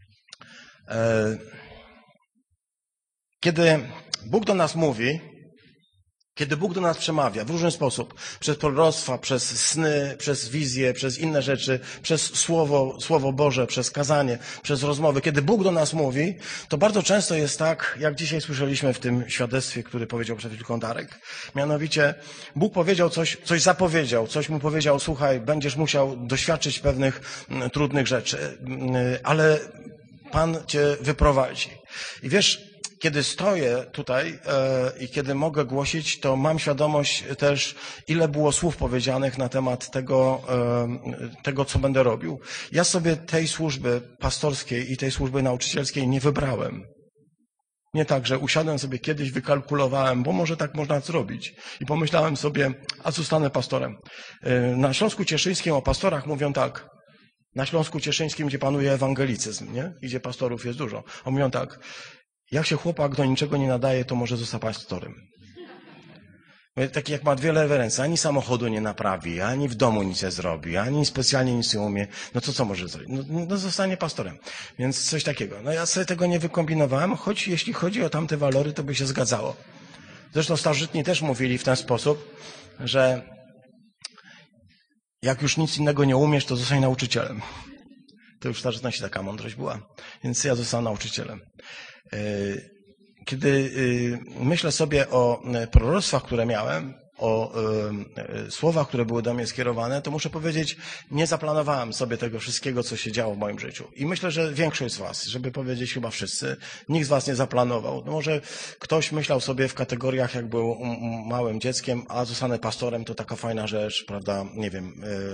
Kiedy Bóg do nas mówi, kiedy Bóg do nas przemawia w różny sposób, przez proroctwa, przez sny, przez wizje, przez inne rzeczy, przez Słowo Boże, przez kazanie, przez rozmowy, kiedy Bóg do nas mówi, to bardzo często jest tak, jak dzisiaj słyszeliśmy w tym świadectwie, który powiedział przed chwilką Darek. Mianowicie Bóg powiedział coś zapowiedział, coś mu powiedział, słuchaj, będziesz musiał doświadczyć pewnych trudnych rzeczy, ale Pan cię wyprowadzi. I wiesz, kiedy stoję tutaj i kiedy mogę głosić, to mam świadomość też, ile było słów powiedzianych na temat tego, co będę robił. Ja sobie tej służby pastorskiej i tej służby nauczycielskiej nie wybrałem. Nie tak, że usiadłem sobie kiedyś, wykalkulowałem, bo może tak można zrobić. I pomyślałem sobie, a zostanę pastorem. Na Śląsku Cieszyńskim o pastorach mówią tak. Na Śląsku Cieszyńskim, gdzie panuje ewangelicyzm, nie? I gdzie pastorów jest dużo. Oni mówią tak, jak się chłopak do niczego nie nadaje, to może zostać pastorem. Taki jak ma dwie lewe ręce, ani samochodu nie naprawi, ani w domu nic nie zrobi, ani specjalnie nic nie umie, no to co może zrobić? No zostanie pastorem. Więc coś takiego. No ja sobie tego nie wykombinowałem, choć jeśli chodzi o tamte walory, to by się zgadzało. Zresztą starożytni też mówili w ten sposób, że jak już nic innego nie umiesz, to zostań nauczycielem. To już w starożytności taka mądrość była. Więc ja zostałem nauczycielem. Kiedy myślę sobie o proroctwach, które miałem, o słowach, które były do mnie skierowane, to muszę powiedzieć, nie zaplanowałem sobie tego wszystkiego, co się działo w moim życiu. I myślę, że większość z was, żeby powiedzieć chyba wszyscy, nikt z was nie zaplanował. No może ktoś myślał sobie w kategoriach, jak był małym dzieckiem, a zostanę pastorem, to taka fajna rzecz, prawda, nie wiem,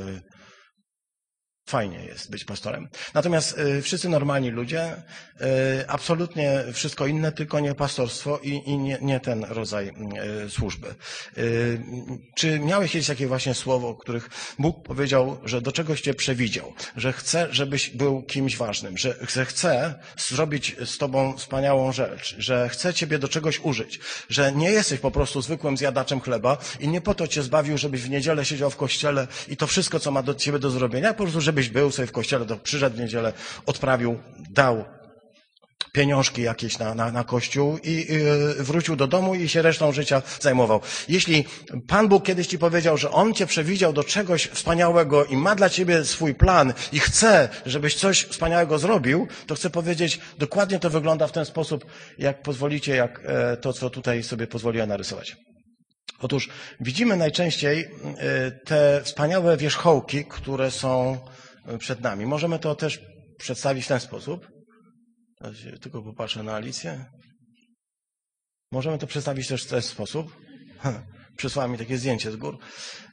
fajnie jest być pastorem. Natomiast wszyscy normalni ludzie, absolutnie wszystko inne, tylko nie pastorstwo i nie ten rodzaj służby. Czy miałeś kiedyś takie właśnie słowo, o których Bóg powiedział, że do czegoś cię przewidział, że chce, żebyś był kimś ważnym, że chce zrobić z tobą wspaniałą rzecz, że chce ciebie do czegoś użyć, że nie jesteś po prostu zwykłym zjadaczem chleba i nie po to cię zbawił, żebyś w niedzielę siedział w kościele i to wszystko, co ma do ciebie do zrobienia, po prostu, żebyś był sobie w kościele, to przyszedł w niedzielę, odprawił, dał pieniążki jakieś na kościół i wrócił do domu i się resztą życia zajmował. Jeśli Pan Bóg kiedyś ci powiedział, że On cię przewidział do czegoś wspaniałego i ma dla ciebie swój plan i chce, żebyś coś wspaniałego zrobił, to chcę powiedzieć, dokładnie to wygląda w ten sposób, jak pozwolicie, jak to, co tutaj sobie pozwoliłem narysować. Otóż widzimy najczęściej te wspaniałe wierzchołki, które są przed nami. Możemy to też przedstawić w ten sposób. Tylko popatrzę na Alicję. Możemy to przedstawić też w ten sposób. Przysłała mi takie zdjęcie z gór.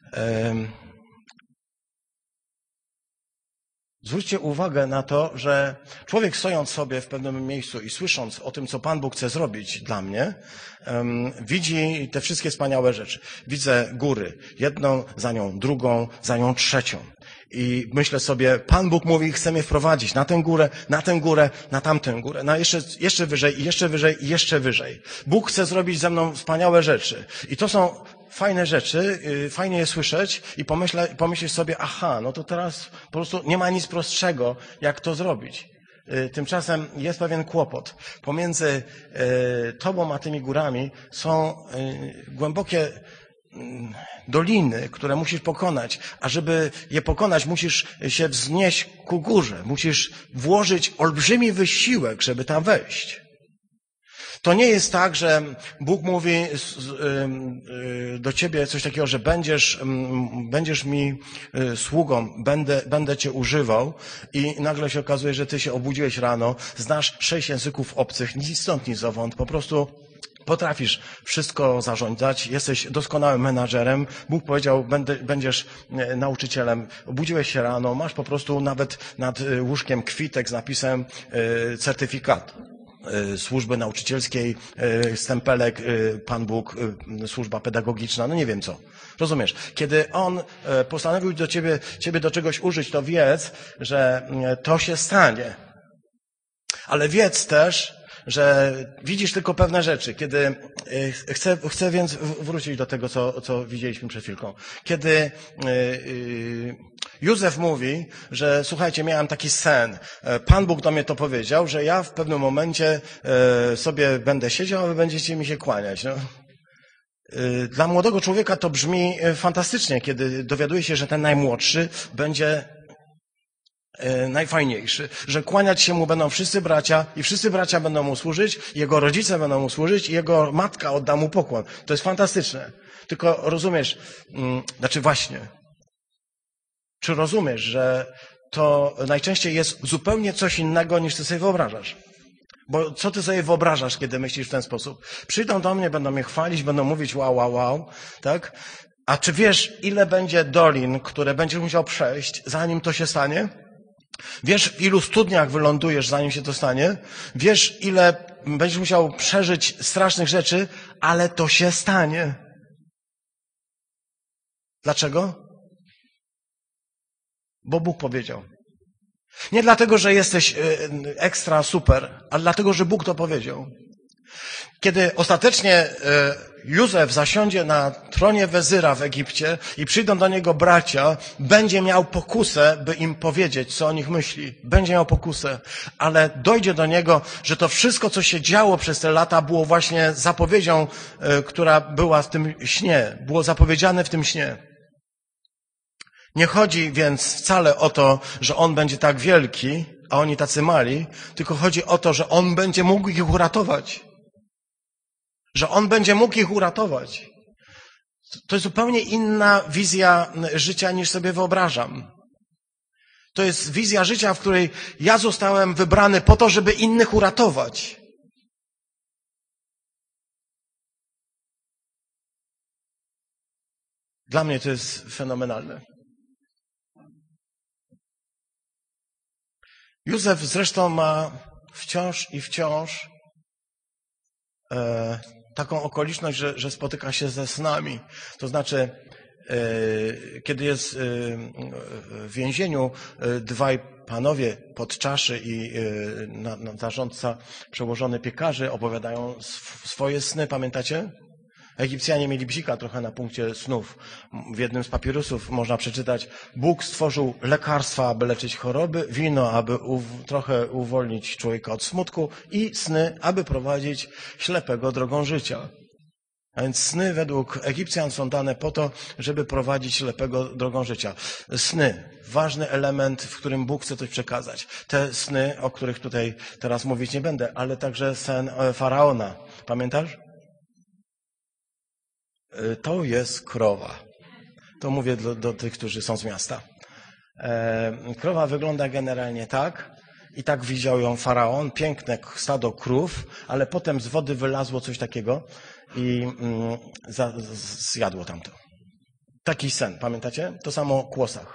Zwróćcie uwagę na to, że człowiek stojąc sobie w pewnym miejscu i słysząc o tym, co Pan Bóg chce zrobić dla mnie, widzi te wszystkie wspaniałe rzeczy. Widzę góry, jedną, za nią drugą, za nią trzecią. I myślę sobie, Pan Bóg mówi, chce mnie wprowadzić na tę górę, na tamtę górę, na jeszcze wyżej, i jeszcze wyżej, i jeszcze wyżej. Bóg chce zrobić ze mną wspaniałe rzeczy. I to są fajne rzeczy, fajnie je słyszeć i pomyśleć sobie, aha, no to teraz po prostu nie ma nic prostszego, jak to zrobić. Tymczasem jest pewien kłopot. Pomiędzy tobą a tymi górami są głębokie doliny, które musisz pokonać, a żeby je pokonać, musisz się wznieść ku górze. Musisz włożyć olbrzymi wysiłek, żeby tam wejść. To nie jest tak, że Bóg mówi do ciebie coś takiego, że będziesz mi sługą, będę cię używał i nagle się okazuje, że ty się obudziłeś rano, znasz 6 języków obcych, nic stąd, nic zowąd, po prostu potrafisz wszystko zarządzać, jesteś doskonałym menadżerem. Bóg powiedział, będziesz nauczycielem. Obudziłeś się rano, masz po prostu nawet nad łóżkiem kwitek z napisem certyfikat służby nauczycielskiej, stempelek, Pan Bóg, służba pedagogiczna, no nie wiem co. Rozumiesz? Kiedy On postanowił ciebie do czegoś użyć, to wiedz, że to się stanie. Ale wiedz też, że widzisz tylko pewne rzeczy. Kiedy chcę więc wrócić do tego, co widzieliśmy przed chwilką. Kiedy Józef mówi, że słuchajcie, miałem taki sen. Pan Bóg do mnie to powiedział, że ja w pewnym momencie sobie będę siedział, a wy będziecie mi się kłaniać. No. Dla młodego człowieka to brzmi fantastycznie, kiedy dowiaduje się, że ten najmłodszy będzie najfajniejszy, że kłaniać się mu będą wszyscy bracia i wszyscy bracia będą mu służyć, jego rodzice będą mu służyć i jego matka odda mu pokłon. To jest fantastyczne. Tylko rozumiesz, czy rozumiesz, że to najczęściej jest zupełnie coś innego, niż ty sobie wyobrażasz? Bo co ty sobie wyobrażasz, kiedy myślisz w ten sposób? Przyjdą do mnie, będą mnie chwalić, będą mówić wow, tak? A czy wiesz, ile będzie dolin, które będziesz musiał przejść, zanim to się stanie? Wiesz, w ilu studniach wylądujesz, zanim się to stanie? Wiesz, ile będziesz musiał przeżyć strasznych rzeczy, ale to się stanie. Dlaczego? Bo Bóg powiedział. Nie dlatego, że jesteś ekstra super, ale dlatego, że Bóg to powiedział. Kiedy ostatecznie Józef zasiądzie na tronie wezyra w Egipcie i przyjdą do niego bracia, będzie miał pokusę, by im powiedzieć, co o nich myśli. Będzie miał pokusę, ale dojdzie do niego, że to wszystko, co się działo przez te lata, było właśnie zapowiedzią, która była w tym śnie. Było zapowiedziane w tym śnie. Nie chodzi więc wcale o to, że on będzie tak wielki, a oni tacy mali, tylko chodzi o to, że on będzie mógł ich uratować. Że on będzie mógł ich uratować. To jest zupełnie inna wizja życia, niż sobie wyobrażam. To jest wizja życia, w której ja zostałem wybrany po to, żeby innych uratować. Dla mnie to jest fenomenalne. Józef zresztą ma wciąż taką okoliczność, że spotyka się ze snami. To znaczy, kiedy jest w więzieniu, dwaj panowie podczaszy i zarządca przełożony piekarzy opowiadają swoje sny, pamiętacie? Egipcjanie mieli bzika trochę na punkcie snów. W jednym z papirusów można przeczytać: Bóg stworzył lekarstwa, aby leczyć choroby, wino, aby trochę uwolnić człowieka od smutku i sny, aby prowadzić ślepego drogą życia. A więc sny według Egipcjan są dane po to, żeby prowadzić ślepego drogą życia. Sny, ważny element, w którym Bóg chce coś przekazać. Te sny, o których tutaj teraz mówić nie będę, ale także sen Faraona. Pamiętasz? To jest krowa. To mówię do tych, którzy są z miasta. Krowa wygląda generalnie tak i tak widział ją Faraon, piękne stado krów, ale potem z wody wylazło coś takiego i zjadło tamto. Taki sen, pamiętacie? To samo o kłosach.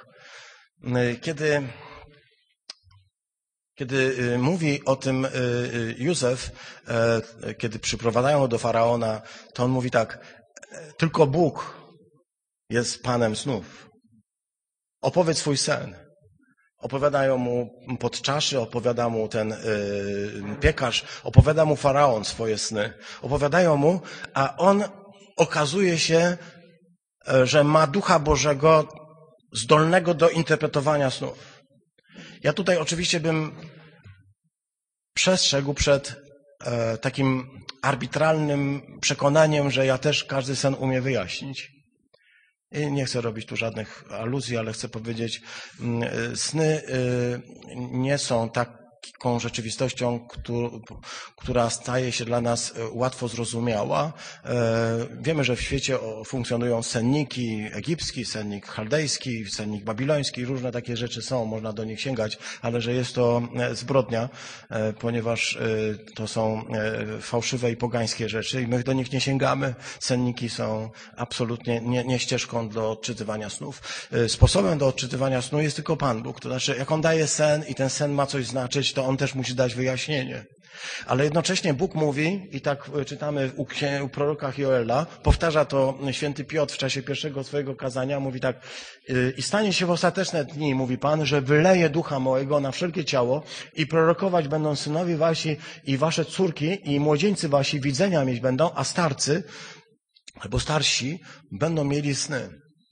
Kiedy mówi o tym Józef, kiedy przyprowadzają go do Faraona, to on mówi tak: tylko Bóg jest Panem snów. Opowiedz swój sen. Opowiadają mu podczaszy, opowiada mu ten piekarz, opowiada mu Faraon swoje sny. Opowiadają mu, a on okazuje się, że ma Ducha Bożego zdolnego do interpretowania snów. Ja tutaj oczywiście bym przestrzegł przed takim arbitralnym przekonaniem, że ja też każdy sen umiem wyjaśnić. I nie chcę robić tu żadnych aluzji, ale chcę powiedzieć, sny nie są taką rzeczywistością, która staje się dla nas łatwo zrozumiała. Wiemy, że w świecie funkcjonują senniki egipski, sennik chaldejski, sennik babiloński, różne takie rzeczy są, można do nich sięgać, ale że jest to zbrodnia, ponieważ to są fałszywe i pogańskie rzeczy i my do nich nie sięgamy. Senniki są absolutnie nie ścieżką do odczytywania snów. Sposobem do odczytywania snu jest tylko Pan Bóg. To znaczy, jak On daje sen i ten sen ma coś znaczyć, to On też musi dać wyjaśnienie. Ale jednocześnie Bóg mówi, i tak czytamy u proroka Joela, powtarza to święty Piotr w czasie pierwszego swojego kazania, mówi tak: i stanie się w ostateczne dni, mówi Pan, że wyleję ducha mojego na wszelkie ciało i prorokować będą synowie wasi i wasze córki i młodzieńcy wasi widzenia mieć będą, a starcy albo starsi będą mieli sny.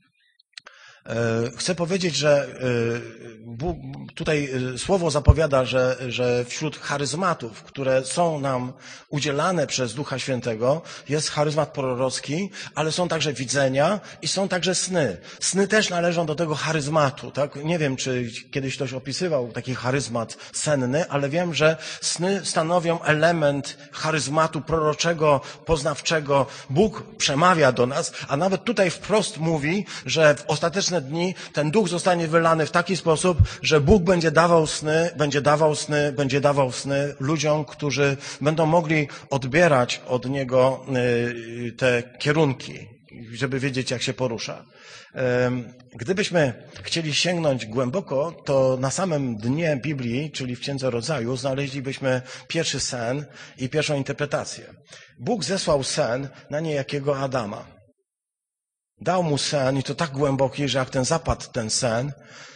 Chcę powiedzieć, że Bóg, tutaj słowo zapowiada, że wśród charyzmatów, które są nam udzielane przez Ducha Świętego, jest charyzmat prorocki, ale są także widzenia i są także sny. Sny też należą do tego charyzmatu, tak? Nie wiem, czy kiedyś ktoś opisywał taki charyzmat senny, ale wiem, że sny stanowią element charyzmatu proroczego, poznawczego. Bóg przemawia do nas, a nawet tutaj wprost mówi, że w ostatecznym dni ten duch zostanie wylany w taki sposób, że Bóg będzie dawał sny ludziom, którzy będą mogli odbierać od Niego te kierunki. żeby wiedzieć, jak się porusza. Gdybyśmy chcieli sięgnąć głęboko, to na samym dnie Biblii, czyli w Księdze Rodzaju, znaleźlibyśmy pierwszy sen i pierwszą interpretację. Bóg zesłał sen na niejakiego Adama. Dał mu sen i to tak głęboki, że jak ten zapadł ten sen,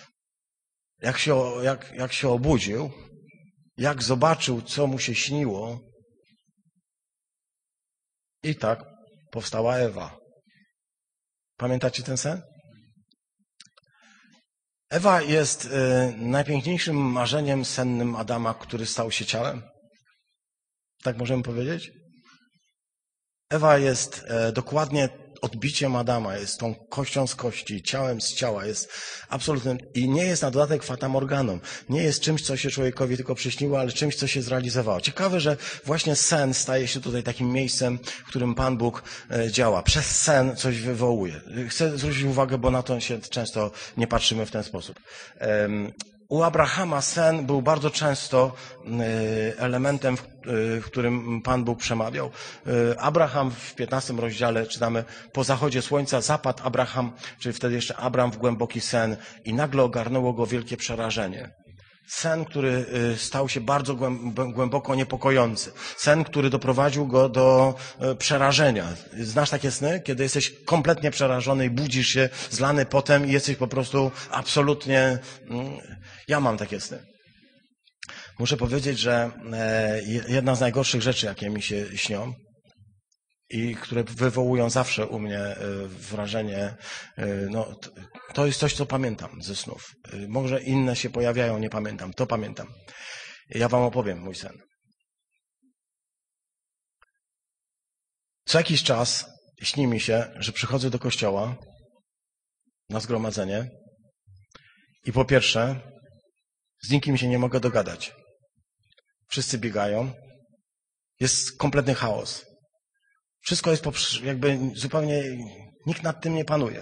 jak się obudził, jak zobaczył, co mu się śniło, i tak powstała Ewa. Pamiętacie ten sen? Ewa jest najpiękniejszym marzeniem sennym Adama, który stał się ciałem. Tak możemy powiedzieć? Ewa jest dokładnie odbiciem Adama, jest tą kością z kości, ciałem z ciała, jest absolutnym i nie jest na dodatek fatamorganą. Nie jest czymś, co się człowiekowi tylko przyśniło, ale czymś, co się zrealizowało. Ciekawe, że właśnie sen staje się tutaj takim miejscem, w którym Pan Bóg działa. Przez sen coś wywołuje. Chcę zwrócić uwagę, bo na to się często nie patrzymy w ten sposób. U Abrahama sen był bardzo często elementem, w którym Pan Bóg przemawiał. Abraham w 15 rozdziale czytamy: po zachodzie słońca zapadł Abraham, czyli wtedy jeszcze Abram, w głęboki sen i nagle ogarnęło go wielkie przerażenie. Sen, który stał się bardzo głęboko niepokojący. Sen, który doprowadził go do przerażenia. Znasz takie sny? Kiedy jesteś kompletnie przerażony i budzisz się zlany potem i jesteś po prostu absolutnie... Ja mam takie sny. Muszę powiedzieć, że jedna z najgorszych rzeczy, jakie mi się śnią i które wywołują zawsze u mnie wrażenie, no, to jest coś, co pamiętam ze snów. Może inne się pojawiają, nie pamiętam. To pamiętam. Ja wam opowiem mój sen. Co jakiś czas śni mi się, że przychodzę do kościoła na zgromadzenie i po pierwsze z nikim się nie mogę dogadać. Wszyscy biegają. Jest kompletny chaos. Wszystko jest jakby zupełnie, nikt nad tym nie panuje.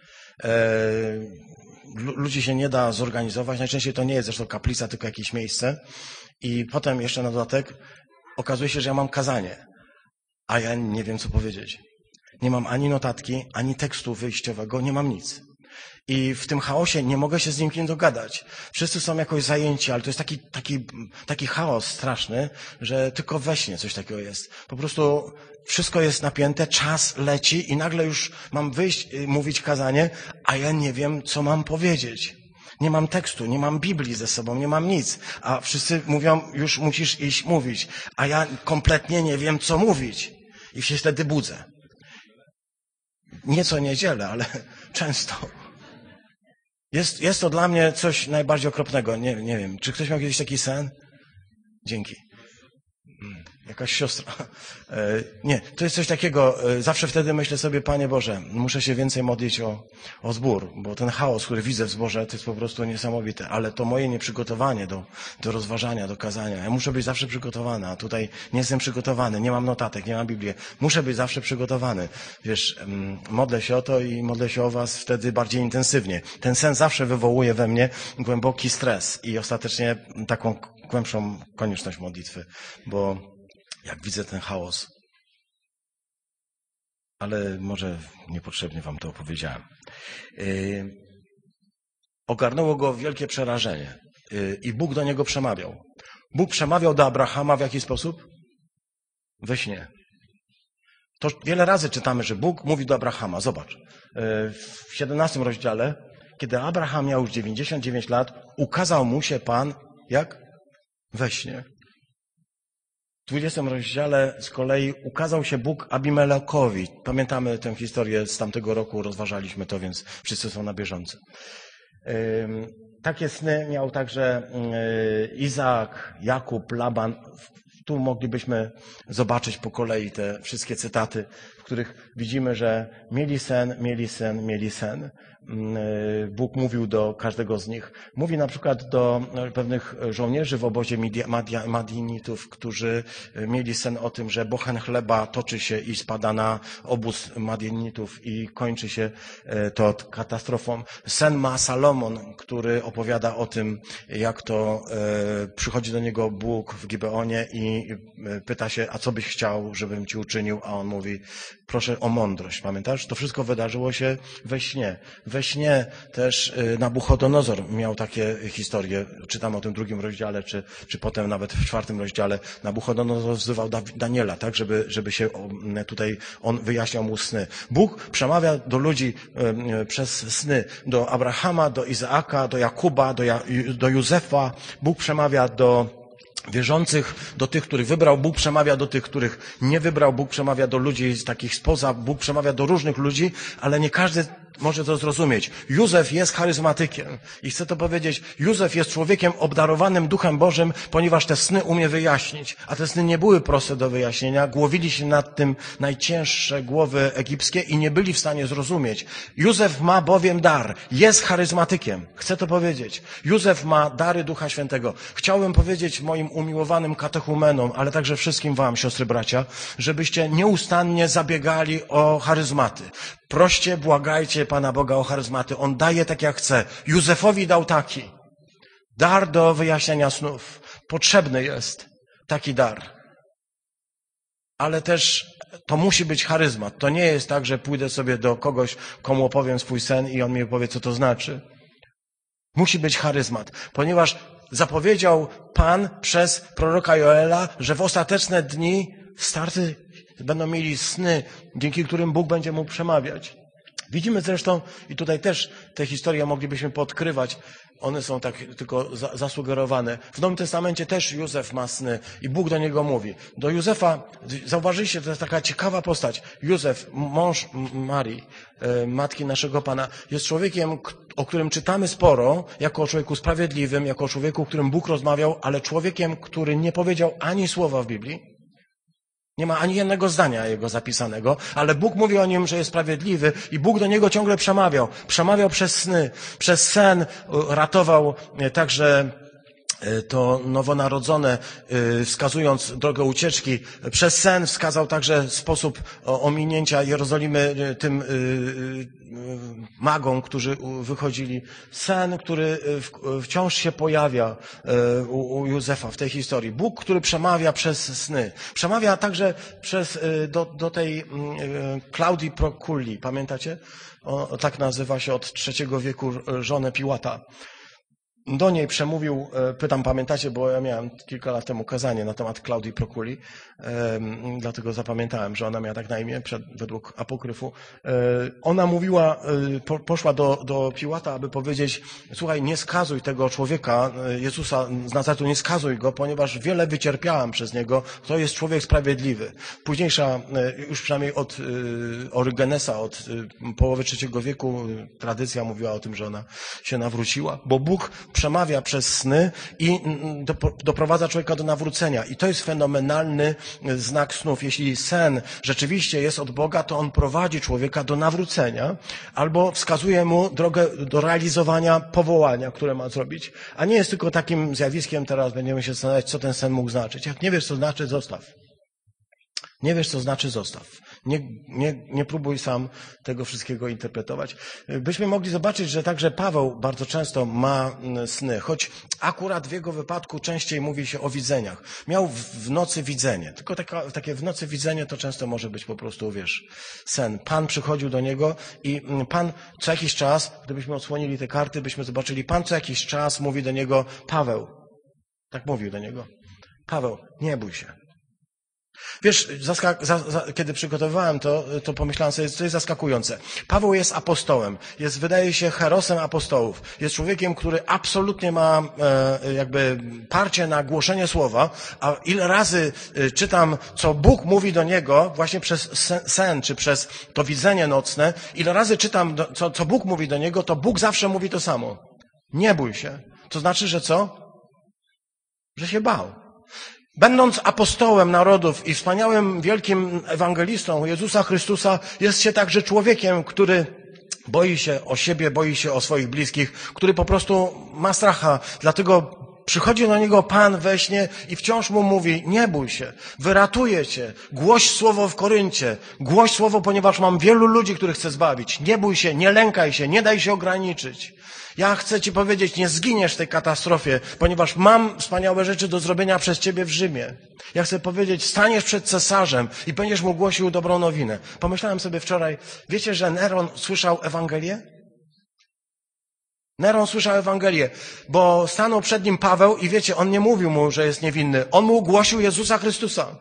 Ludzi się nie da zorganizować. Najczęściej to nie jest zresztą kaplica, tylko jakieś miejsce. I potem jeszcze na dodatek okazuje się, że ja mam kazanie, a ja nie wiem, co powiedzieć. Nie mam ani notatki, ani tekstu wyjściowego, nie mam nic. I w tym chaosie nie mogę się z nikim dogadać. Wszyscy są jakoś zajęci, ale to jest taki chaos straszny, że tylko we śnie coś takiego jest. Po prostu wszystko jest napięte, czas leci i nagle już mam wyjść, mówić kazanie, a ja nie wiem, co mam powiedzieć. Nie mam tekstu, nie mam Biblii ze sobą, nie mam nic. A wszyscy mówią, już musisz iść mówić. A ja kompletnie nie wiem, co mówić. I się wtedy budzę. Nie co niedzielę, ale często. Jest to dla mnie coś najbardziej okropnego. Nie wiem, czy ktoś miał kiedyś taki sen? Dzięki. Jakaś siostra. Nie, to jest coś takiego, zawsze wtedy myślę sobie, Panie Boże, muszę się więcej modlić o zbór, bo ten chaos, który widzę w zborze, to jest po prostu niesamowite, ale to moje nieprzygotowanie do rozważania, do kazania. Ja muszę być zawsze przygotowany, a tutaj nie jestem przygotowany, nie mam notatek, nie mam Biblii. Muszę być zawsze przygotowany. Wiesz, modlę się o to i modlę się o was wtedy bardziej intensywnie. Ten sen zawsze wywołuje we mnie głęboki stres i ostatecznie taką głębszą konieczność modlitwy, bo jak widzę ten chaos, ale może niepotrzebnie wam to opowiedziałem. Ogarnęło go wielkie przerażenie i Bóg do niego przemawiał. Bóg przemawiał do Abrahama w jaki sposób? We śnie. To wiele razy czytamy, że Bóg mówi do Abrahama. Zobacz, w 17 rozdziale, kiedy Abraham miał już 99 lat, ukazał mu się Pan, jak? We śnie. W 20 rozdziale z kolei ukazał się Bóg Abimelekowi. Pamiętamy tę historię z tamtego roku, rozważaliśmy to, więc wszyscy są na bieżąco. Takie sny miał także Izaak, Jakub, Laban. Tu moglibyśmy zobaczyć po kolei te wszystkie cytaty, w których widzimy, że mieli sen, mieli sen, mieli sen. Bóg mówił do każdego z nich. Mówi na przykład do pewnych żołnierzy w obozie Madianitów, którzy mieli sen o tym, że bochen chleba toczy się i spada na obóz Madianitów i kończy się to katastrofą. Sen ma Salomon, który opowiada o tym, jak to przychodzi do niego Bóg w Gibeonie i i pyta się, a co byś chciał, żebym ci uczynił? A on mówi, proszę o mądrość. Pamiętasz? To wszystko wydarzyło się we śnie. We śnie też Nabuchodonozor miał takie historie. Czytam o tym 2 rozdziale, czy potem nawet w 4 rozdziale. Nabuchodonozor wzywał Daniela, tak, żeby się tutaj on wyjaśniał mu sny. Bóg przemawia do ludzi przez sny, do Abrahama, do Izaaka, do Jakuba, do Józefa. Bóg przemawia do wierzących, do tych, których wybrał. Bóg przemawia do tych, których nie wybrał. Bóg przemawia do ludzi z takich spoza. Bóg przemawia do różnych ludzi, ale nie każdy może to zrozumieć. Józef jest charyzmatykiem i chcę to powiedzieć. Józef jest człowiekiem obdarowanym Duchem Bożym, ponieważ te sny umie wyjaśnić. A te sny nie były proste do wyjaśnienia. Głowili się nad tym najcięższe głowy egipskie i nie byli w stanie zrozumieć. Józef ma bowiem dar. Jest charyzmatykiem. Chcę to powiedzieć. Józef ma dary Ducha Świętego. Chciałbym powiedzieć moim umiłowanym katechumenom, ale także wszystkim wam, siostry, bracia, żebyście nieustannie zabiegali o charyzmaty. Proście, błagajcie Pana Boga o charyzmaty. On daje tak, jak chce. Józefowi dał taki. Dar do wyjaśniania snów. Potrzebny jest taki dar. Ale też to musi być charyzmat. To nie jest tak, że pójdę sobie do kogoś, komu opowiem swój sen i on mi powie, co to znaczy. Musi być charyzmat, ponieważ zapowiedział Pan przez proroka Joela, że w ostateczne dni starcy będą mieli sny, dzięki którym Bóg będzie mógł przemawiać. Widzimy zresztą, i tutaj też te historie moglibyśmy podkrywać, one są tak tylko zasugerowane. W Nowym Testamencie też Józef ma sny i Bóg do niego mówi. Do Józefa, zauważyliście, to jest taka ciekawa postać. Józef, mąż Marii, matki naszego Pana, jest człowiekiem, o którym czytamy sporo, jako o człowieku sprawiedliwym, jako o człowieku, o którym Bóg rozmawiał, ale człowiekiem, który nie powiedział ani słowa w Biblii. Nie ma ani jednego zdania jego zapisanego, ale Bóg mówi o nim, że jest sprawiedliwy i Bóg do niego ciągle przemawiał. Przemawiał przez sny, przez sen ratował także to nowonarodzone, wskazując drogę ucieczki. Przez sen wskazał także sposób ominięcia Jerozolimy tym magom, którzy wychodzili. Sen, który wciąż się pojawia u Józefa w tej historii. Bóg, który przemawia przez sny. Przemawia także do tej Klaudii Proculii. Pamiętacie? Tak nazywa się od III wieku żonę Piłata. Do niej przemówił, pytam, pamiętacie, bo ja miałem kilka lat temu kazanie na temat Klaudii Proculi, dlatego zapamiętałem, że ona miała tak na imię, według apokryfu. Ona mówiła, poszła do Piłata, aby powiedzieć, słuchaj, nie skazuj tego człowieka, Jezusa z Nazaretu, nie skazuj go, ponieważ wiele wycierpiałam przez niego, to jest człowiek sprawiedliwy. Późniejsza, już przynajmniej od Orygenesa, od połowy III wieku, tradycja mówiła o tym, że ona się nawróciła, bo Bóg przemawia przez sny i doprowadza człowieka do nawrócenia. I to jest fenomenalny znak snów. Jeśli sen rzeczywiście jest od Boga, to on prowadzi człowieka do nawrócenia albo wskazuje mu drogę do realizowania powołania, które ma zrobić. A nie jest tylko takim zjawiskiem, teraz będziemy się zastanawiać, co ten sen mógł znaczyć. Jak nie wiesz, co znaczy, zostaw. Nie wiesz, co znaczy, zostaw. Nie próbuj sam tego wszystkiego interpretować. Byśmy mogli zobaczyć, że także Paweł bardzo często ma sny, choć akurat w jego wypadku częściej mówi się o widzeniach. Miał w nocy widzenie, tylko takie w nocy widzenie to często może być po prostu, wiesz, sen. Pan przychodził do niego i Pan co jakiś czas, gdybyśmy odsłonili te karty, byśmy zobaczyli, Pan co jakiś czas mówi do niego, Paweł, tak mówił do niego, Paweł, nie bój się. Wiesz, kiedy przygotowywałem to pomyślałem sobie, co jest zaskakujące. Paweł jest apostołem, wydaje się, herosem apostołów. Jest człowiekiem, który absolutnie ma jakby parcie na głoszenie słowa, a ile razy czytam, co Bóg mówi do niego właśnie przez sen, czy przez to widzenie nocne, ile razy czytam, co Bóg mówi do niego, to Bóg zawsze mówi to samo. Nie bój się. To znaczy, że co? Że się bał. Będąc apostołem narodów i wspaniałym, wielkim ewangelistą Jezusa Chrystusa, jest się także człowiekiem, który boi się o siebie, boi się o swoich bliskich, który po prostu ma stracha. Dlatego przychodzi do niego Pan we śnie i wciąż mu mówi, nie bój się, wyratuję cię, głoś słowo w Koryncie, głoś słowo, ponieważ mam wielu ludzi, których chcę zbawić. Nie bój się, nie lękaj się, nie daj się ograniczyć. Ja chcę ci powiedzieć, nie zginiesz w tej katastrofie, ponieważ mam wspaniałe rzeczy do zrobienia przez ciebie w Rzymie. Ja chcę powiedzieć, staniesz przed cesarzem i będziesz mu głosił dobrą nowinę. Pomyślałem sobie wczoraj, wiecie, że Neron słyszał Ewangelię? Neron słyszał Ewangelię, bo stanął przed nim Paweł i wiecie, on nie mówił mu, że jest niewinny. On mu głosił Jezusa Chrystusa.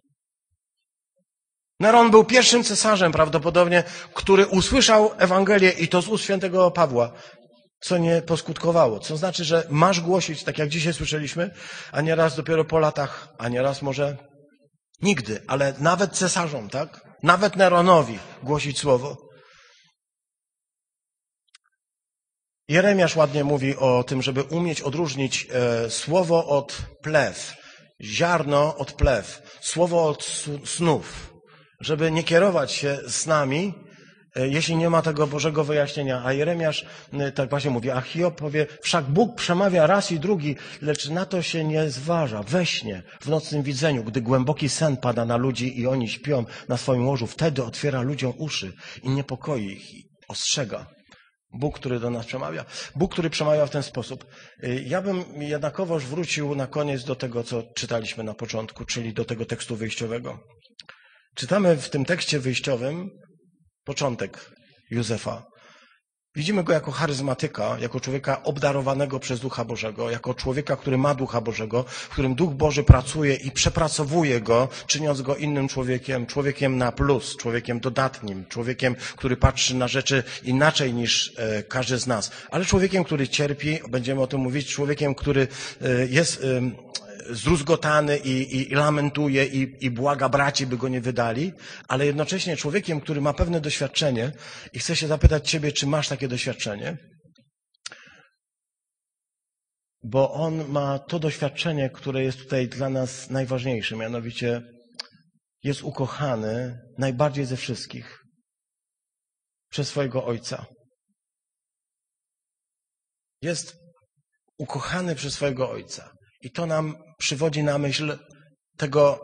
Neron był pierwszym cesarzem prawdopodobnie, który usłyszał Ewangelię i to z ust świętego Pawła, co nie poskutkowało. Co znaczy, że masz głosić, tak jak dzisiaj słyszeliśmy, a nieraz dopiero po latach, a nieraz może nigdy, ale nawet cesarzom, tak? Nawet Neronowi głosić słowo. Jeremiasz ładnie mówi o tym, żeby umieć odróżnić słowo od plew, ziarno od plew, słowo od snów, żeby nie kierować się snami, jeśli nie ma tego Bożego wyjaśnienia. A Jeremiasz tak właśnie mówi, a Hiob powie, wszak Bóg przemawia raz i drugi, lecz na to się nie zważa. We śnie, w nocnym widzeniu, gdy głęboki sen pada na ludzi i oni śpią na swoim łożu, wtedy otwiera ludziom uszy i niepokoi ich i ostrzega. Bóg, który do nas przemawia. Bóg, który przemawia w ten sposób. Ja bym jednakowoż wrócił na koniec do tego, co czytaliśmy na początku, czyli do tego tekstu wyjściowego. Czytamy w tym tekście wyjściowym początek Józefa. Widzimy go jako charyzmatyka, jako człowieka obdarowanego przez Ducha Bożego, jako człowieka, który ma Ducha Bożego, w którym Duch Boży pracuje i przepracowuje go, czyniąc go innym człowiekiem, człowiekiem na plus, człowiekiem dodatnim, człowiekiem, który patrzy na rzeczy inaczej niż każdy z nas, ale człowiekiem, który cierpi, będziemy o tym mówić, człowiekiem, który jest zdruzgotany i lamentuje i błaga braci, by go nie wydali, ale jednocześnie człowiekiem, który ma pewne doświadczenie i chcę się zapytać ciebie, czy masz takie doświadczenie? Bo on ma to doświadczenie, które jest tutaj dla nas najważniejsze, mianowicie jest ukochany najbardziej ze wszystkich przez swojego ojca. Jest ukochany przez swojego ojca. I to nam przywodzi na myśl tego,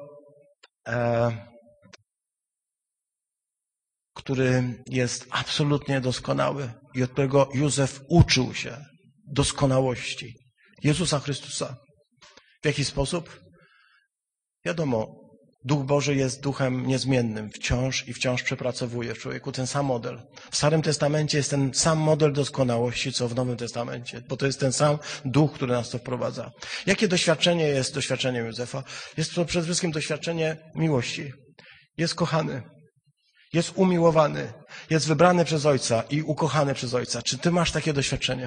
który jest absolutnie doskonały i od którego Józef uczył się doskonałości Jezusa Chrystusa. W jaki sposób? Wiadomo, Duch Boży jest duchem niezmiennym, wciąż i wciąż przepracowuje w człowieku ten sam model. W Starym Testamencie jest ten sam model doskonałości, co w Nowym Testamencie, bo to jest ten sam duch, który nas to wprowadza. Jakie doświadczenie jest doświadczeniem Józefa? Jest to przede wszystkim doświadczenie miłości. Jest kochany, jest umiłowany, jest wybrany przez Ojca i ukochany przez Ojca. Czy ty masz takie doświadczenie?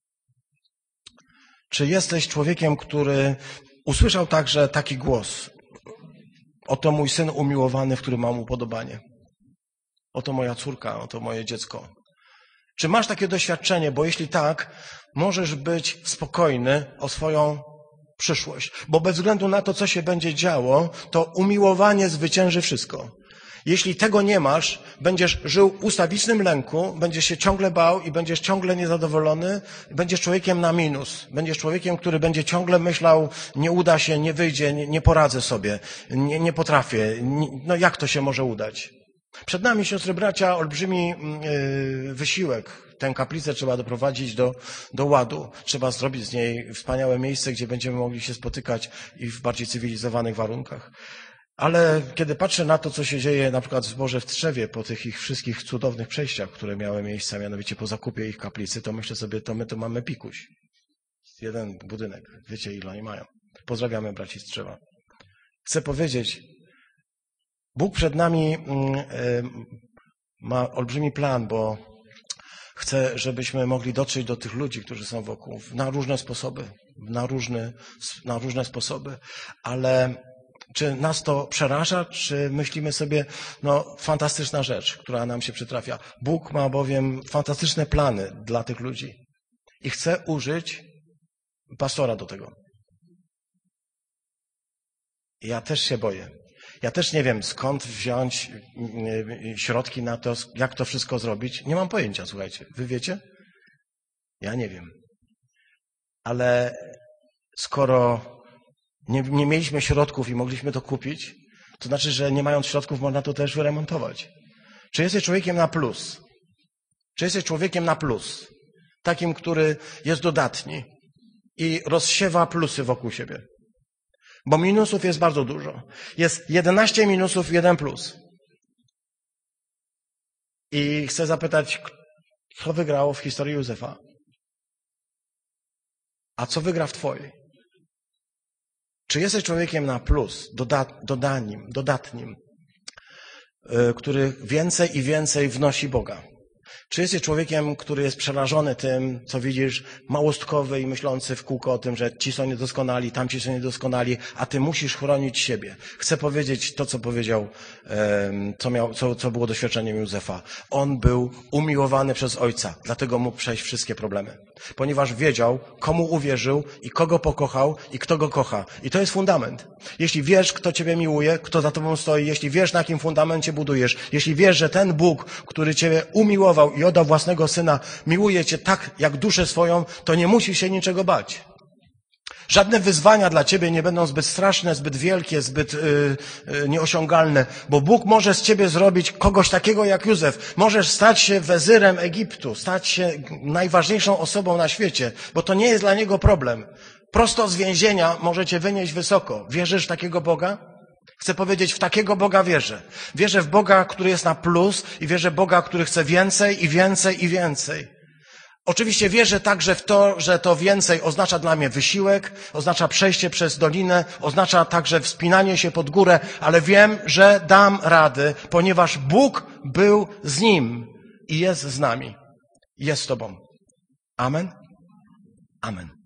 Czy jesteś człowiekiem, który usłyszał także taki głos? Oto mój syn umiłowany, w którym mam upodobanie. Oto moja córka, oto moje dziecko. Czy masz takie doświadczenie? Bo jeśli tak, możesz być spokojny o swoją przyszłość. Bo bez względu na to, co się będzie działo, to umiłowanie zwycięży wszystko. Jeśli tego nie masz, będziesz żył w ustawicznym lęku, będziesz się ciągle bał i będziesz ciągle niezadowolony, będziesz człowiekiem na minus. Będziesz człowiekiem, który będzie ciągle myślał, nie uda się, nie wyjdzie, nie poradzę sobie, nie potrafię. No jak to się może udać? Przed nami, siostry, bracia, olbrzymi wysiłek. Tę kaplicę trzeba doprowadzić do ładu. Trzeba zrobić z niej wspaniałe miejsce, gdzie będziemy mogli się spotykać i w bardziej cywilizowanych warunkach. Ale kiedy patrzę na to, co się dzieje na przykład w Zborze w Trzewie, po tych ich wszystkich cudownych przejściach, które miały miejsce, mianowicie po zakupie ich kaplicy, to myślę sobie, to my tu mamy pikuś. Jeden budynek. Wiecie, ile oni mają. Pozdrawiamy braci z Trzewa. Chcę powiedzieć, Bóg przed nami ma olbrzymi plan, bo chce, żebyśmy mogli dotrzeć do tych ludzi, którzy są wokół, na różne sposoby, na różne sposoby, ale czy nas to przeraża, czy myślimy sobie, no fantastyczna rzecz, która nam się przytrafia. Bóg ma bowiem fantastyczne plany dla tych ludzi i chce użyć pastora do tego. Ja też się boję. Ja też nie wiem, skąd wziąć środki na to, jak to wszystko zrobić. Nie mam pojęcia, słuchajcie. Wy wiecie? Ja nie wiem. Ale Skoro nie mieliśmy środków i mogliśmy to kupić, to znaczy, że nie mając środków można to też wyremontować. Czy jesteś człowiekiem na plus? Czy jesteś człowiekiem na plus? Takim, który jest dodatni i rozsiewa plusy wokół siebie. Bo minusów jest bardzo dużo. Jest 11 minusów, 1 plus. I chcę zapytać, co wygrało w historii Józefa? A co wygra w twojej? Czy jesteś człowiekiem na plus, dodatnim, który więcej i więcej wnosi Boga? Czy jesteś człowiekiem, który jest przerażony tym, co widzisz, małostkowy i myślący w kółko o tym, że ci są niedoskonali, tamci są niedoskonali, a ty musisz chronić siebie? Chcę powiedzieć to, co powiedział, co było doświadczeniem Józefa. On był umiłowany przez ojca, dlatego mógł przejść wszystkie problemy. Ponieważ wiedział, komu uwierzył i kogo pokochał i kto go kocha. I to jest fundament. Jeśli wiesz, kto ciebie miłuje, kto za tobą stoi, jeśli wiesz, na jakim fundamencie budujesz, jeśli wiesz, że ten Bóg, który ciebie umiłował i oddał własnego Syna, miłuje cię tak, jak duszę swoją, to nie musisz się niczego bać. Żadne wyzwania dla ciebie nie będą zbyt straszne, zbyt wielkie, zbyt nieosiągalne, bo Bóg może z ciebie zrobić kogoś takiego jak Józef. Możesz stać się wezyrem Egiptu, stać się najważniejszą osobą na świecie, bo to nie jest dla niego problem. Prosto z więzienia możecie wynieść wysoko. Wierzysz w takiego Boga? Chcę powiedzieć, w takiego Boga wierzę. Wierzę w Boga, który jest na plus i wierzę w Boga, który chce więcej i więcej i więcej. Oczywiście wierzę także w to, że to więcej oznacza dla mnie wysiłek, oznacza przejście przez dolinę, oznacza także wspinanie się pod górę, ale wiem, że dam rady, ponieważ Bóg był z nim i jest z nami. Jest z tobą. Amen? Amen.